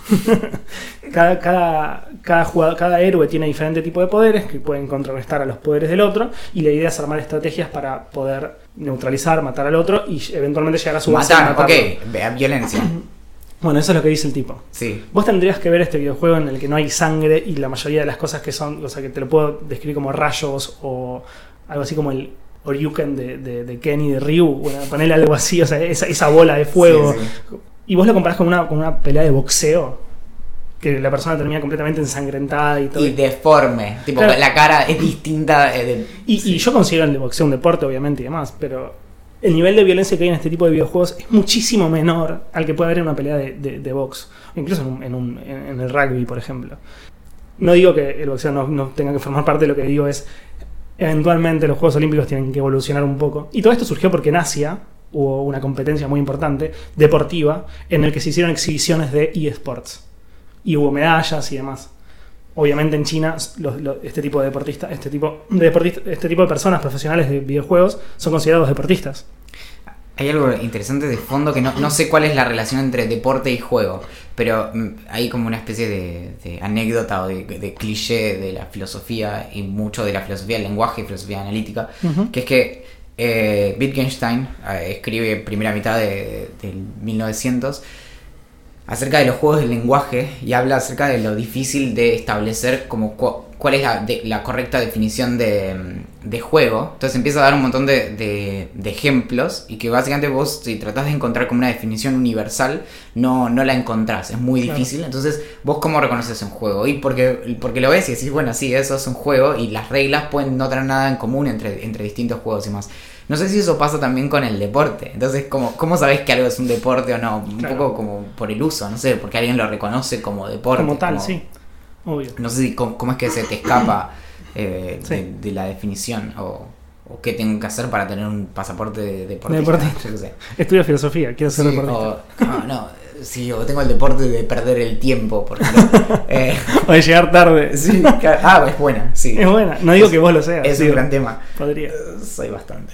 cada, cada, cada, jugador, cada héroe tiene diferente tipo de poderes que pueden contrarrestar a los poderes del otro. Y la idea es armar estrategias para poder neutralizar, matar al otro y eventualmente llegar a su base y Matar, matarlo. ok. Vea, violencia. Bueno, eso es lo que dice el tipo. Sí. Vos tendrías que ver este videojuego en el que no hay sangre y la mayoría de las cosas que son, o sea, que te lo puedo describir como rayos o algo así como el Oryuken de, de, de Kenny de Ryu, bueno, ponerle algo así, o sea, esa, esa bola de fuego. Sí, sí. Y vos lo comparás con una, con una pelea de boxeo, que la persona termina completamente ensangrentada y todo. Y deforme. Tipo, Claro. la cara es distinta. eh, de- Y, sí. y yo considero el de boxeo un deporte, obviamente, y demás, pero el nivel de violencia que hay en este tipo de videojuegos es muchísimo menor al que puede haber en una pelea de, de, de box, incluso en, un- en, un- en- en el rugby, por ejemplo. No digo que el boxeo no, no tenga que formar parte, de lo que digo es, eventualmente los Juegos Olímpicos tienen que evolucionar un poco. Y todo esto surgió porque en Asia hubo una competencia muy importante, deportiva, en el que se hicieron exhibiciones de eSports. Y hubo medallas y demás. Obviamente en China los- los- este tipo de deportistas, este tipo de deportistas, este tipo de personas profesionales de videojuegos son considerados deportistas. Hay algo interesante de fondo que no, no sé cuál es la relación entre deporte y juego, pero mm, hay como una especie de, de anécdota o de, de cliché de la filosofía y mucho de la filosofía del lenguaje y filosofía analítica, Ujú. que es que eh, Wittgenstein eh, escribe primera mitad de, del mil novecientos acerca de los juegos del lenguaje y habla acerca de lo difícil de establecer como cu- cuál es la, de- la correcta definición de, de juego. Entonces empieza a dar un montón de, de- de ejemplos y que básicamente vos si tratás de encontrar como una definición universal no, no la encontrás, es muy Claro. difícil. Entonces vos cómo reconoces un juego y porque, porque lo ves y decís bueno sí eso es un juego y las reglas pueden no tener nada en común entre, entre distintos juegos y más. No sé si eso pasa también con el deporte. Entonces, ¿cómo, cómo sabés que algo es un deporte o no? Un Claro. poco como por el uso, no sé, porque alguien lo reconoce como deporte. Como tal, como- sí. Obvio. No sé si cómo, cómo es que se te escapa eh, Sí. de, de la definición o, o qué tengo que hacer para tener un pasaporte de deportista. deportista. Yo qué sé. Estudio filosofía, quiero ser Sí, deportista. o, no, no, sí, o tengo el deporte de perder el tiempo, por ejemplo. Eh, O de llegar tarde. sí, claro. Ah, es buena, sí. Es buena. No digo que vos lo seas. Es un digo, gran tema. Podría. Eh, Soy bastante.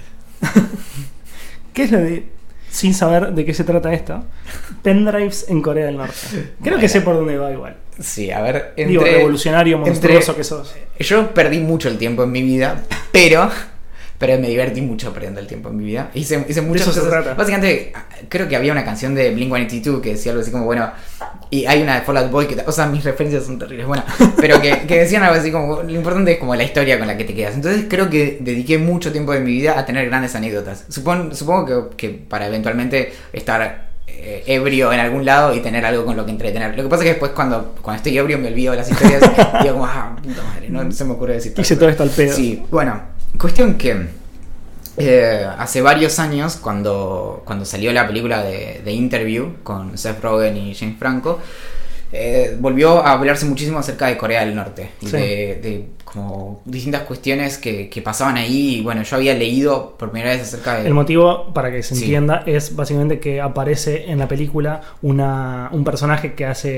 ¿Qué es lo de, sin saber de qué se trata esto, pendrives en Corea del Norte? Creo Bueno. que sé por dónde va igual. Sí, a ver, entre, Digo, revolucionario, monstruoso entre- que sos. Yo perdí mucho el tiempo en mi vida, pero pero me divertí mucho perdiendo el tiempo en mi vida. Hice, hice muchas eso se cosas. trata. Básicamente, creo que había una canción de Blink ciento ochenta y dos que decía algo así como, bueno, y hay una de Fall Out Boy que, o sea, mis referencias son terribles, bueno, pero que, que decían algo así como, lo importante es como la historia con la que te quedas. Entonces creo que dediqué mucho tiempo de mi vida a tener grandes anécdotas. Supon, supongo que, que para eventualmente estar eh, ebrio en algún lado y tener algo con lo que entretener. Lo que pasa es que después cuando, cuando estoy ebrio me olvido de las historias y digo como, ah, puta madre, no se me ocurre decir tal Hice cosa. todo esto al pedo. Sí, bueno, cuestión que eh, hace varios años, cuando, cuando salió la película de, de Interview con Seth Rogen y James Franco, eh, volvió a hablarse muchísimo acerca de Corea del Norte y Sí. de, de como distintas cuestiones que, que pasaban ahí. Y bueno, yo había leído por primera vez acerca de... El motivo, para que se Sí. entienda, es básicamente que aparece en la película una, un personaje que hace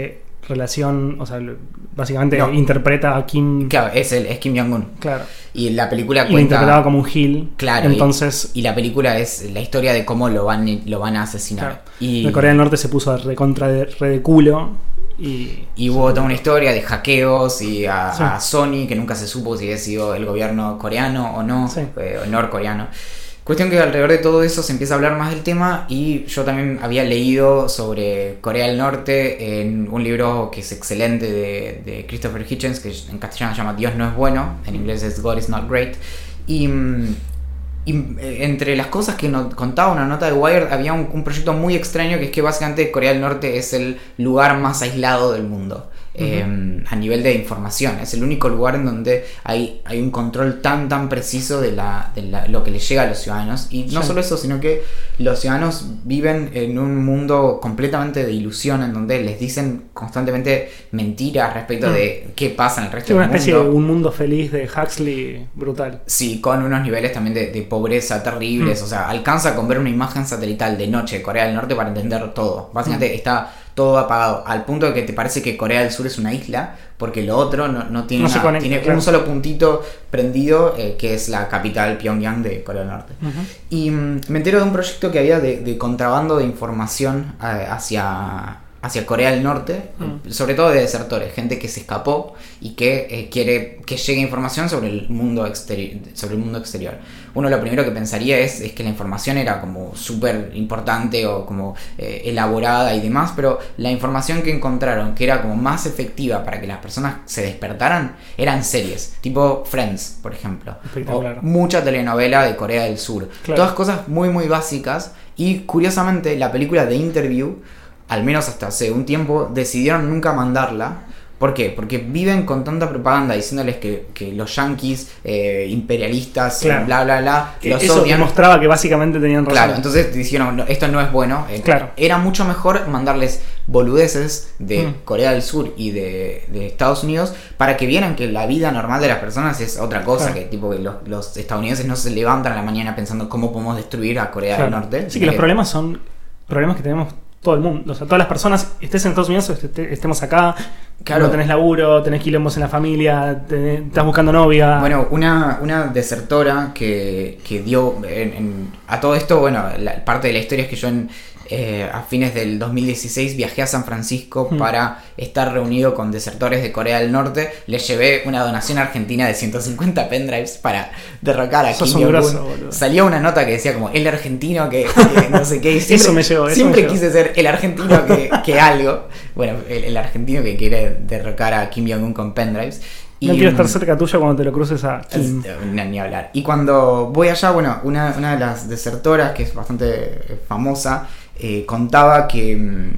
relación, o sea, básicamente No. interpreta a Kim. Claro, es, el, es Kim Jong-un. Claro. Y la película Y lo cuenta... interpretaba como un Gil. Claro, Entonces, y, y la película es la historia de cómo lo van, lo van a asesinar. claro, Y, la Corea del Norte se puso de recontra de, re de culo. Y, y hubo toda una historia de hackeos y a, Sí. a Sony, que nunca se supo si había sido el gobierno coreano o no, Sí. eh, o norcoreano. Cuestión que alrededor de todo eso se empieza a hablar más del tema, y yo también había leído sobre Corea del Norte en un libro que es excelente de, de Christopher Hitchens, que en castellano se llama Dios no es bueno, en inglés es God is not great. Y, mm, y eh, entre las cosas que nos contaba una nota de Wired había un, un proyecto muy extraño, que es que básicamente Corea del Norte es el lugar más aislado del mundo. Eh, a nivel de información, es el único lugar en donde hay, hay un control tan tan preciso de, la, de la, lo que les llega a los ciudadanos, y no Sí. solo eso, sino que los ciudadanos viven en un mundo completamente de ilusión, en donde les dicen constantemente mentiras respecto Mm. de qué pasa en el resto Sí, una del especie mundo. de un mundo feliz de Huxley brutal. Sí, con unos niveles también de, de pobreza terribles. Mm. O sea, alcanza con ver una imagen satelital de noche de Corea del Norte para entender todo. Básicamente Mm. está todo apagado, al punto de que te parece que Corea del Sur es una isla, porque lo otro no, no tiene No se nada. conecta, Tiene claro. un solo puntito prendido, eh, que es la capital Pyongyang de Corea del Norte. Ujú. Y mm, me entero de un proyecto que había de, de contrabando de información eh, hacia, hacia Corea del Norte, Mm. sobre todo de desertores, gente que se escapó y que eh, quiere que llegue información sobre el mundo exterior, sobre el mundo exterior. Uno lo primero que pensaría es, es que la información era como súper importante o como eh, elaborada y demás, pero la información que encontraron, que era como más efectiva para que las personas se despertaran, eran series, tipo Friends, por ejemplo, o Espectacular. mucha telenovela de Corea del Sur. Claro. Todas cosas muy muy básicas, y curiosamente la película The Interview, al menos hasta hace un tiempo, decidieron nunca mandarla. ¿Por qué? Porque viven con tanta propaganda diciéndoles que, que los yanquis eh, imperialistas, Claro. bla bla bla, Que los eso odian. demostraba que básicamente tenían razón. Claro, entonces dijeron, no, esto no es bueno. Eh, Claro. Era mucho mejor mandarles boludeces de Mm. Corea del Sur y de, de Estados Unidos, para que vieran que la vida normal de las personas es otra cosa, Claro. que tipo que los, los estadounidenses no se levantan a la mañana pensando cómo podemos destruir a Corea Claro. del Norte. Sí, que los problemas son problemas que tenemos todo el mundo. O sea, todas las personas, estés en Estados Unidos o esté- estemos acá, Claro. no tenés laburo, tenés quilombos en la familia, te- estás buscando novia. Bueno, una, una desertora que, que dio en- en- a todo esto, bueno, la parte de la historia es que yo en, eh, a fines del dos mil dieciséis viajé a San Francisco Mm. para estar reunido con desertores de Corea del Norte. Les llevé una donación argentina de ciento cincuenta pendrives para derrocar a Sos Kim un grosso, Jong-un. boludo. Salió una nota que decía como el argentino que, que no sé qué. Y siempre, Eso me llevó, eso siempre me llevó. quise ser el argentino que, que algo. Bueno, el, el argentino que quiere derrocar a Kim Jong-un con pendrives. no Y, quiero estar mm, cerca tuyo cuando te lo cruces a Kim. es- no, ni hablar. Y cuando voy allá, bueno, una, una de las desertoras, que es bastante eh, famosa, eh, contaba que, mm,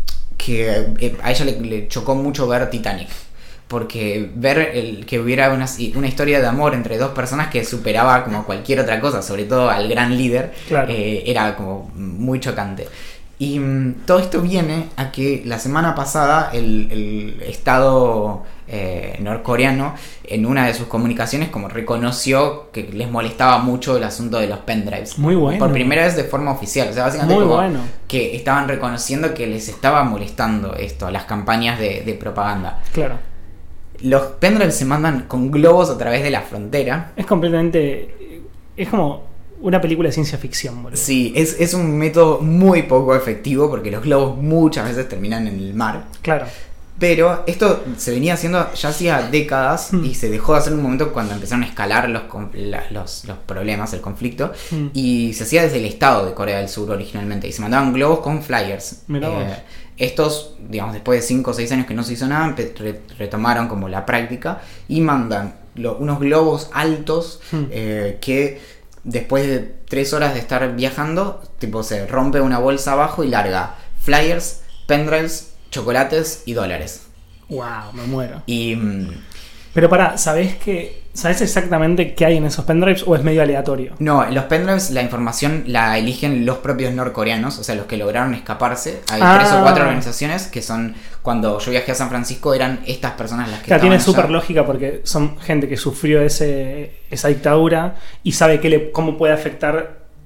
que eh, a ella le, le chocó mucho ver Titanic. Porque ver el, que hubiera una, una historia de amor entre dos personas que superaba como cualquier otra cosa, sobre todo al gran líder, Claro. eh, era como muy chocante. Y mm, todo esto viene a que la semana pasada el, el Estado eh, norcoreano, en una de sus comunicaciones, como reconoció que les molestaba mucho el asunto de los pendrives. Muy bueno. Por primera vez de forma oficial. O sea, básicamente Muy como bueno. que estaban reconociendo que les estaba molestando esto, las campañas de, de propaganda. Claro. Los pendrives se mandan con globos a través de la frontera. Es completamente. Es como una película de ciencia ficción, boludo. Sí, es, es un método muy poco efectivo, porque los globos muchas veces terminan en el mar. Claro. Pero esto se venía haciendo ya hacía décadas, Mm. y se dejó de hacer en un momento cuando empezaron a escalar los, con- la- los, los problemas, el conflicto. Mm. Y se hacía desde el Estado de Corea del Sur originalmente. Y se mandaban globos con flyers. Mirá vos. Estos, digamos, después de cinco o seis años que no se hizo nada, empe- re- retomaron como la práctica y mandan lo- unos globos altos Mm. eh, que después de tres horas de estar viajando, tipo se rompe una bolsa abajo y larga flyers, pendrives, chocolates y dólares. Wow, me muero. Y mm, Pero pará, ¿sabés qué? ¿Sabés exactamente qué hay en esos pendrives o es medio aleatorio? no, en los pendrives la información la eligen los propios norcoreanos, o sea, los que lograron escaparse. Hay Ah. tres o cuatro organizaciones que son, cuando yo viajé a San Francisco, eran estas personas las que Claro, tiene estaban allá. súper lógica porque son gente que sufrió ese, esa dictadura y sabe qué le, cómo puede afectar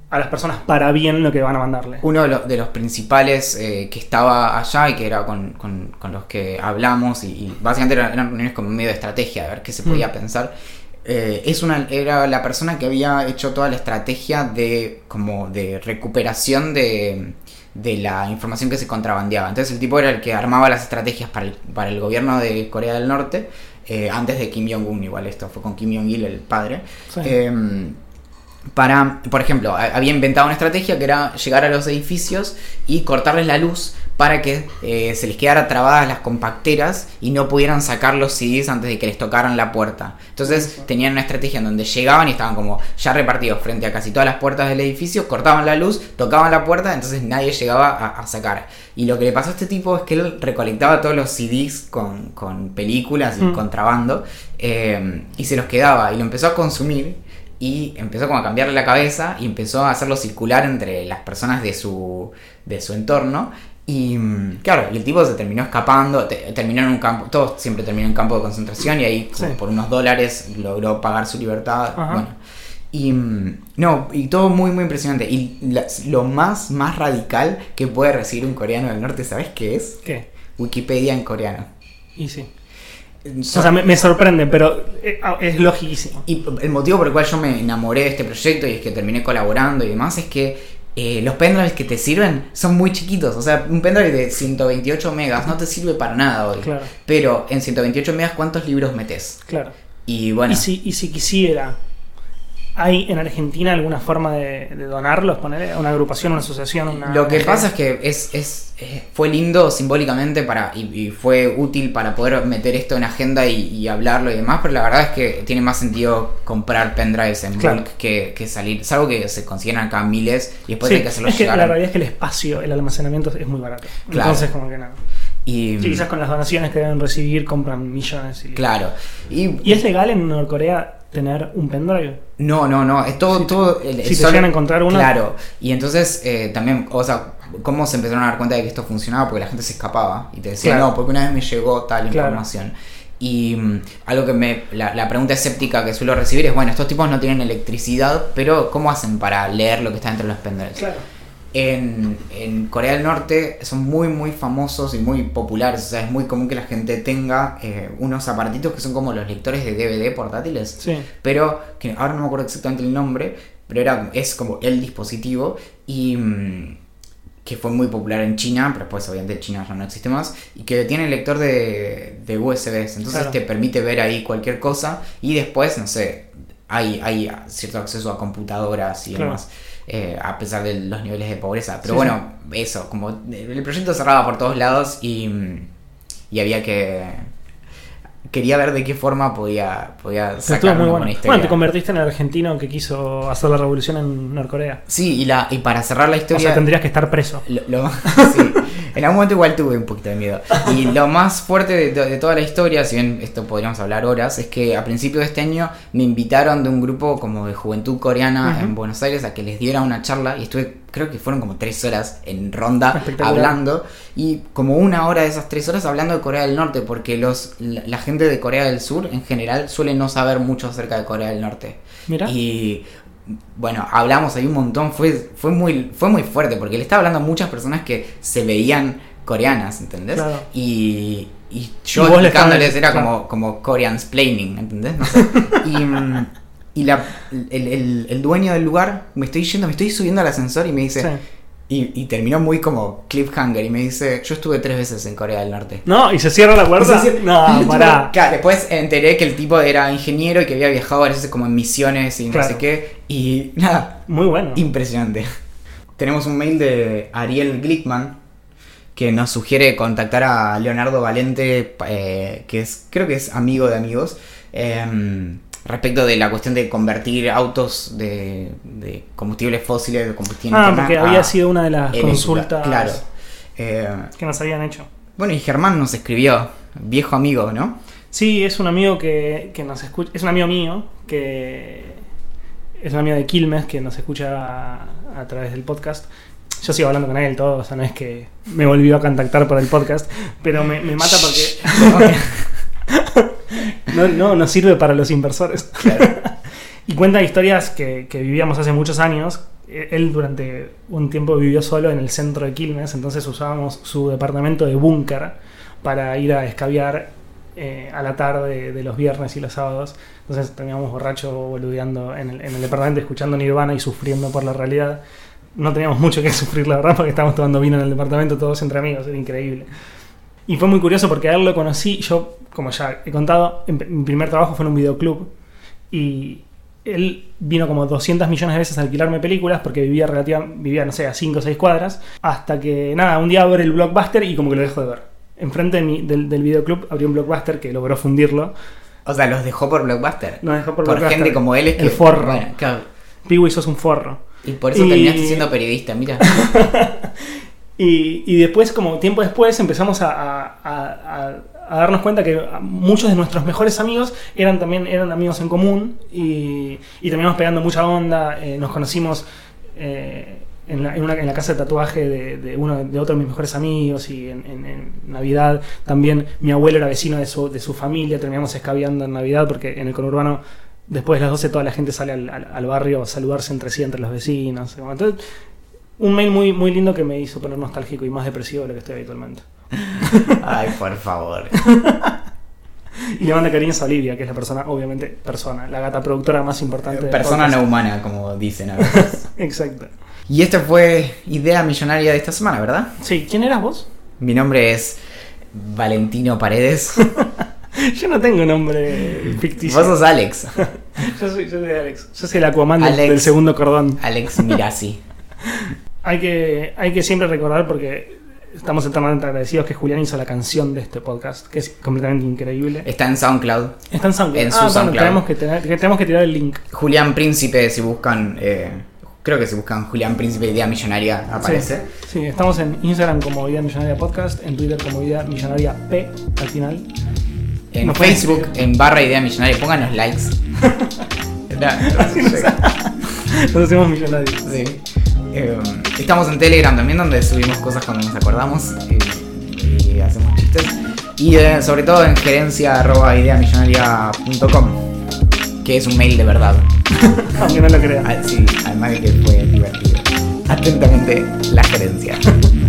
a las personas para bien lo que van a mandarle. Uno de los, de los principales eh, que estaba allá y que era con, con, con los que hablamos y, y básicamente eran, eran reuniones como medio de estrategia, de ver qué se podía mm. pensar. Eh, es una, era la persona que había hecho toda la estrategia de como de recuperación de, de la información que se contrabandeaba. Entonces el tipo era el que armaba las estrategias para el, para el gobierno de Corea del Norte, eh, antes de Kim Jong-un, igual esto fue con Kim Jong-il, el padre. Sí. Eh, para, por ejemplo, había inventado una estrategia que era llegar a los edificios y cortarles la luz para que eh, se les quedara trabadas las compacteras y no pudieran sacar los C Ds antes de que les tocaran la puerta. Entonces tenían una estrategia en donde llegaban y estaban como ya repartidos frente a casi todas las puertas del edificio, cortaban la luz, tocaban la puerta, entonces nadie llegaba a, a sacar. Y lo que le pasó a este tipo es que él recolectaba todos los C Ds con, con películas y mm. contrabando eh, y se los quedaba y lo empezó a consumir. Y empezó como a cambiarle la cabeza y empezó a hacerlo circular entre las personas de su, de su entorno. Y claro, y el tipo se terminó escapando, te, terminó en un campo, todos siempre terminan en un campo de concentración y ahí sí. por unos dólares logró pagar su libertad. Ajá. Bueno, y no, y todo muy muy impresionante. Y la, lo más, más radical que puede recibir un coreano del norte, ¿sabes qué es? ¿Qué? Wikipedia en coreano. Y sí. O sea, me, me sorprende, pero es logiquísimo. Y el motivo por el cual yo me enamoré de este proyecto y es que terminé colaborando y demás es que eh, los pendrives que te sirven son muy chiquitos. O sea, un pendrive de ciento veintiocho megas no te sirve para nada hoy. Claro. Pero en ciento veintiocho megas, ¿cuántos libros metes? Claro. Y bueno. Y si, y si quisiera, ¿hay en Argentina alguna forma de, de donarlos? Poner una agrupación, una asociación, una... Lo que pasa es que es, es, es fue lindo simbólicamente para y, y fue útil para poder meter esto en agenda y, y hablarlo y demás, pero la verdad es que tiene más sentido comprar pendrives en claro. bulk que, que salir. Es algo que se consiguen acá miles y después sí, hay que hacerlo es que llegar. La realidad es que el espacio, el almacenamiento es muy barato. Claro. Entonces como que nada. Y sí, quizás con las donaciones que deben recibir compran millones. Y... Claro. Y, ¿Y es legal en Norcorea tener un pendrive? No, no, no. Es todo... Si, todo el, si te llegan a encontrar uno... Claro. Y entonces eh, también, o sea, cómo se empezaron a dar cuenta de que esto funcionaba, porque la gente se escapaba y te decía, claro. no, porque una vez me llegó tal claro. información. Y um, algo que me... La, la pregunta escéptica que suelo recibir es, bueno, estos tipos no tienen electricidad, pero ¿cómo hacen para leer lo que está entre los pendrives? Claro. En, en Corea del Norte son muy muy famosos y muy populares, o sea, es muy común que la gente tenga eh, unos aparatitos que son como los lectores de D V D portátiles, sí. pero que ahora no me acuerdo exactamente el nombre, pero era es como el dispositivo y mmm, que fue muy popular en China, pero después obviamente China ya no existe más, y que tiene lector de, de U S Bs, entonces claro. te permite ver ahí cualquier cosa y después, no sé, hay, hay cierto acceso a computadoras y claro. demás. Eh, a pesar de los niveles de pobreza, pero sí, bueno, sí. eso, como el proyecto cerraba por todos lados y, y había que quería ver de qué forma podía, podía sacar muy una bueno. buena historia. Bueno, te convertiste en el argentino que quiso hacer la revolución en Norcorea. Sí, y la y para cerrar la historia... O sea, tendrías que estar preso. Lo, lo, sí, en algún momento igual tuve un poquito de miedo. Y lo más fuerte de, de, de toda la historia, si bien esto podríamos hablar horas, es que a principios de este año me invitaron de un grupo como de juventud coreana uh-huh. en Buenos Aires a que les diera una charla y estuve, creo que fueron como tres horas en ronda hablando y como una hora de esas tres horas hablando de Corea del Norte, porque los la, la gente de Corea del Sur en general suele no saber mucho acerca de Corea del Norte. Mira. Y bueno, hablamos ahí un montón, fue fue muy fue muy fuerte porque le estaba hablando a muchas personas que se veían coreanas, ¿entendés? Claro. Y, y yo y explicándoles era claro. como, como Koreansplaining, ¿entendés? No sé. Y, y la, el, el, el dueño del lugar, me estoy yendo, me estoy subiendo al ascensor y me dice... Sí. Y, y terminó muy como cliffhanger y me dice, yo estuve tres veces en Corea del Norte. No, y se cierra la puerta. Cierra... No, pará. Claro, después enteré que el tipo era ingeniero y que había viajado a veces como en misiones y claro. no sé qué. Y nada. Muy bueno. Impresionante. Tenemos un mail de Ariel Glickman que nos sugiere contactar a Leonardo Valente, eh, que es creo que es amigo de amigos. Eh, respecto de la cuestión de convertir autos de, de combustibles fósiles de combustión ah, interna porque había sido una de las eléctrica. consultas Claro. Eh, que nos habían hecho. Bueno, y Germán nos escribió, viejo amigo, ¿no? Sí, es un amigo que, que nos escucha, es un amigo mío que es un amigo de Quilmes que nos escucha a, a través del podcast. Yo sigo hablando con él todo, o sea, no es que me volvió a contactar por el podcast, pero me, me mata porque no, no, no sirve para los inversores. Claro. Y cuenta historias que, que vivíamos hace muchos años él durante un tiempo vivió solo en el centro de Quilmes, entonces usábamos su departamento de búnker para ir a escabiar eh, a la tarde de los viernes y los sábados. Entonces terminábamos borrachos boludeando en el, en el departamento, escuchando Nirvana y sufriendo por la realidad. No teníamos mucho que sufrir, la verdad, porque estábamos tomando vino en el departamento todos entre amigos, era increíble. Y fue muy curioso porque a él lo conocí, yo, como ya he contado, en, mi primer trabajo fue en un videoclub y él vino como doscientos millones de veces a alquilarme películas porque vivía relativa, vivía, no sé, a cinco o seis cuadras, hasta que, nada, un día abre el Blockbuster y como que lo dejo de ver. Enfrente de mi, del, del videoclub abrió un Blockbuster que logró fundirlo. O sea, los dejó por Blockbuster. Nos dejó por, por Blockbuster. Gente como él es que... El forro. Bueno, claro. Piwi, sos un forro. Y por eso y... terminaste siendo periodista, mira. y, y después, como tiempo después, empezamos a, a, a, a darnos cuenta que muchos de nuestros mejores amigos eran también eran amigos en común y, y terminamos pegando mucha onda. Eh, nos conocimos eh, en, la, en, una, en la casa de tatuaje de, de uno de otros de mis mejores amigos y en, en, en Navidad también mi abuelo era vecino de su, de su familia. Terminamos escabeando en Navidad porque en el conurbano después de las doce toda la gente sale al, al, al barrio a saludarse entre sí, entre los vecinos. Entonces, un mail muy, muy lindo que me hizo poner nostálgico y más depresivo de lo que estoy habitualmente. Ay, por favor. Y le manda cariños a Olivia, que es la persona, obviamente, persona, la gata productora más importante de Persona no humana, como dicen a veces. Exacto. Y esta fue Idea Millonaria de esta semana, ¿verdad? Sí, ¿quién eras vos? Mi nombre es Valentino Paredes. Yo no tengo nombre ficticio. Vos sos Alex. yo, soy, yo soy Alex. Yo soy el Aquaman del, Alex, del segundo cordón. Alex Mirasi. hay, que, hay que siempre recordar, porque estamos eternamente agradecidos, que Julián hizo la canción de este podcast, que es completamente increíble. Está en SoundCloud. Está en SoundCloud. En su ah, bueno, SoundCloud. tenemos que, tener, que tenemos que tirar el link. Julián Príncipe, si buscan... Eh, creo que si buscan Julián Príncipe Idea Millonaria aparece. Sí, sí, estamos en Instagram como Idea Millonaria Podcast, en Twitter como Idea Millonaria P al final. En no Facebook, en barra Idea Millonaria, pónganos likes. Nos hacemos millonarios. Sí. Eh, estamos en Telegram también, donde subimos cosas cuando nos acordamos eh, y hacemos chistes. Y eh, sobre todo en gerencia arroba idea millonaria punto com, que es un mail de verdad. Aunque no lo crean. Ah, sí, además de que fue divertido. Atentamente, la gerencia.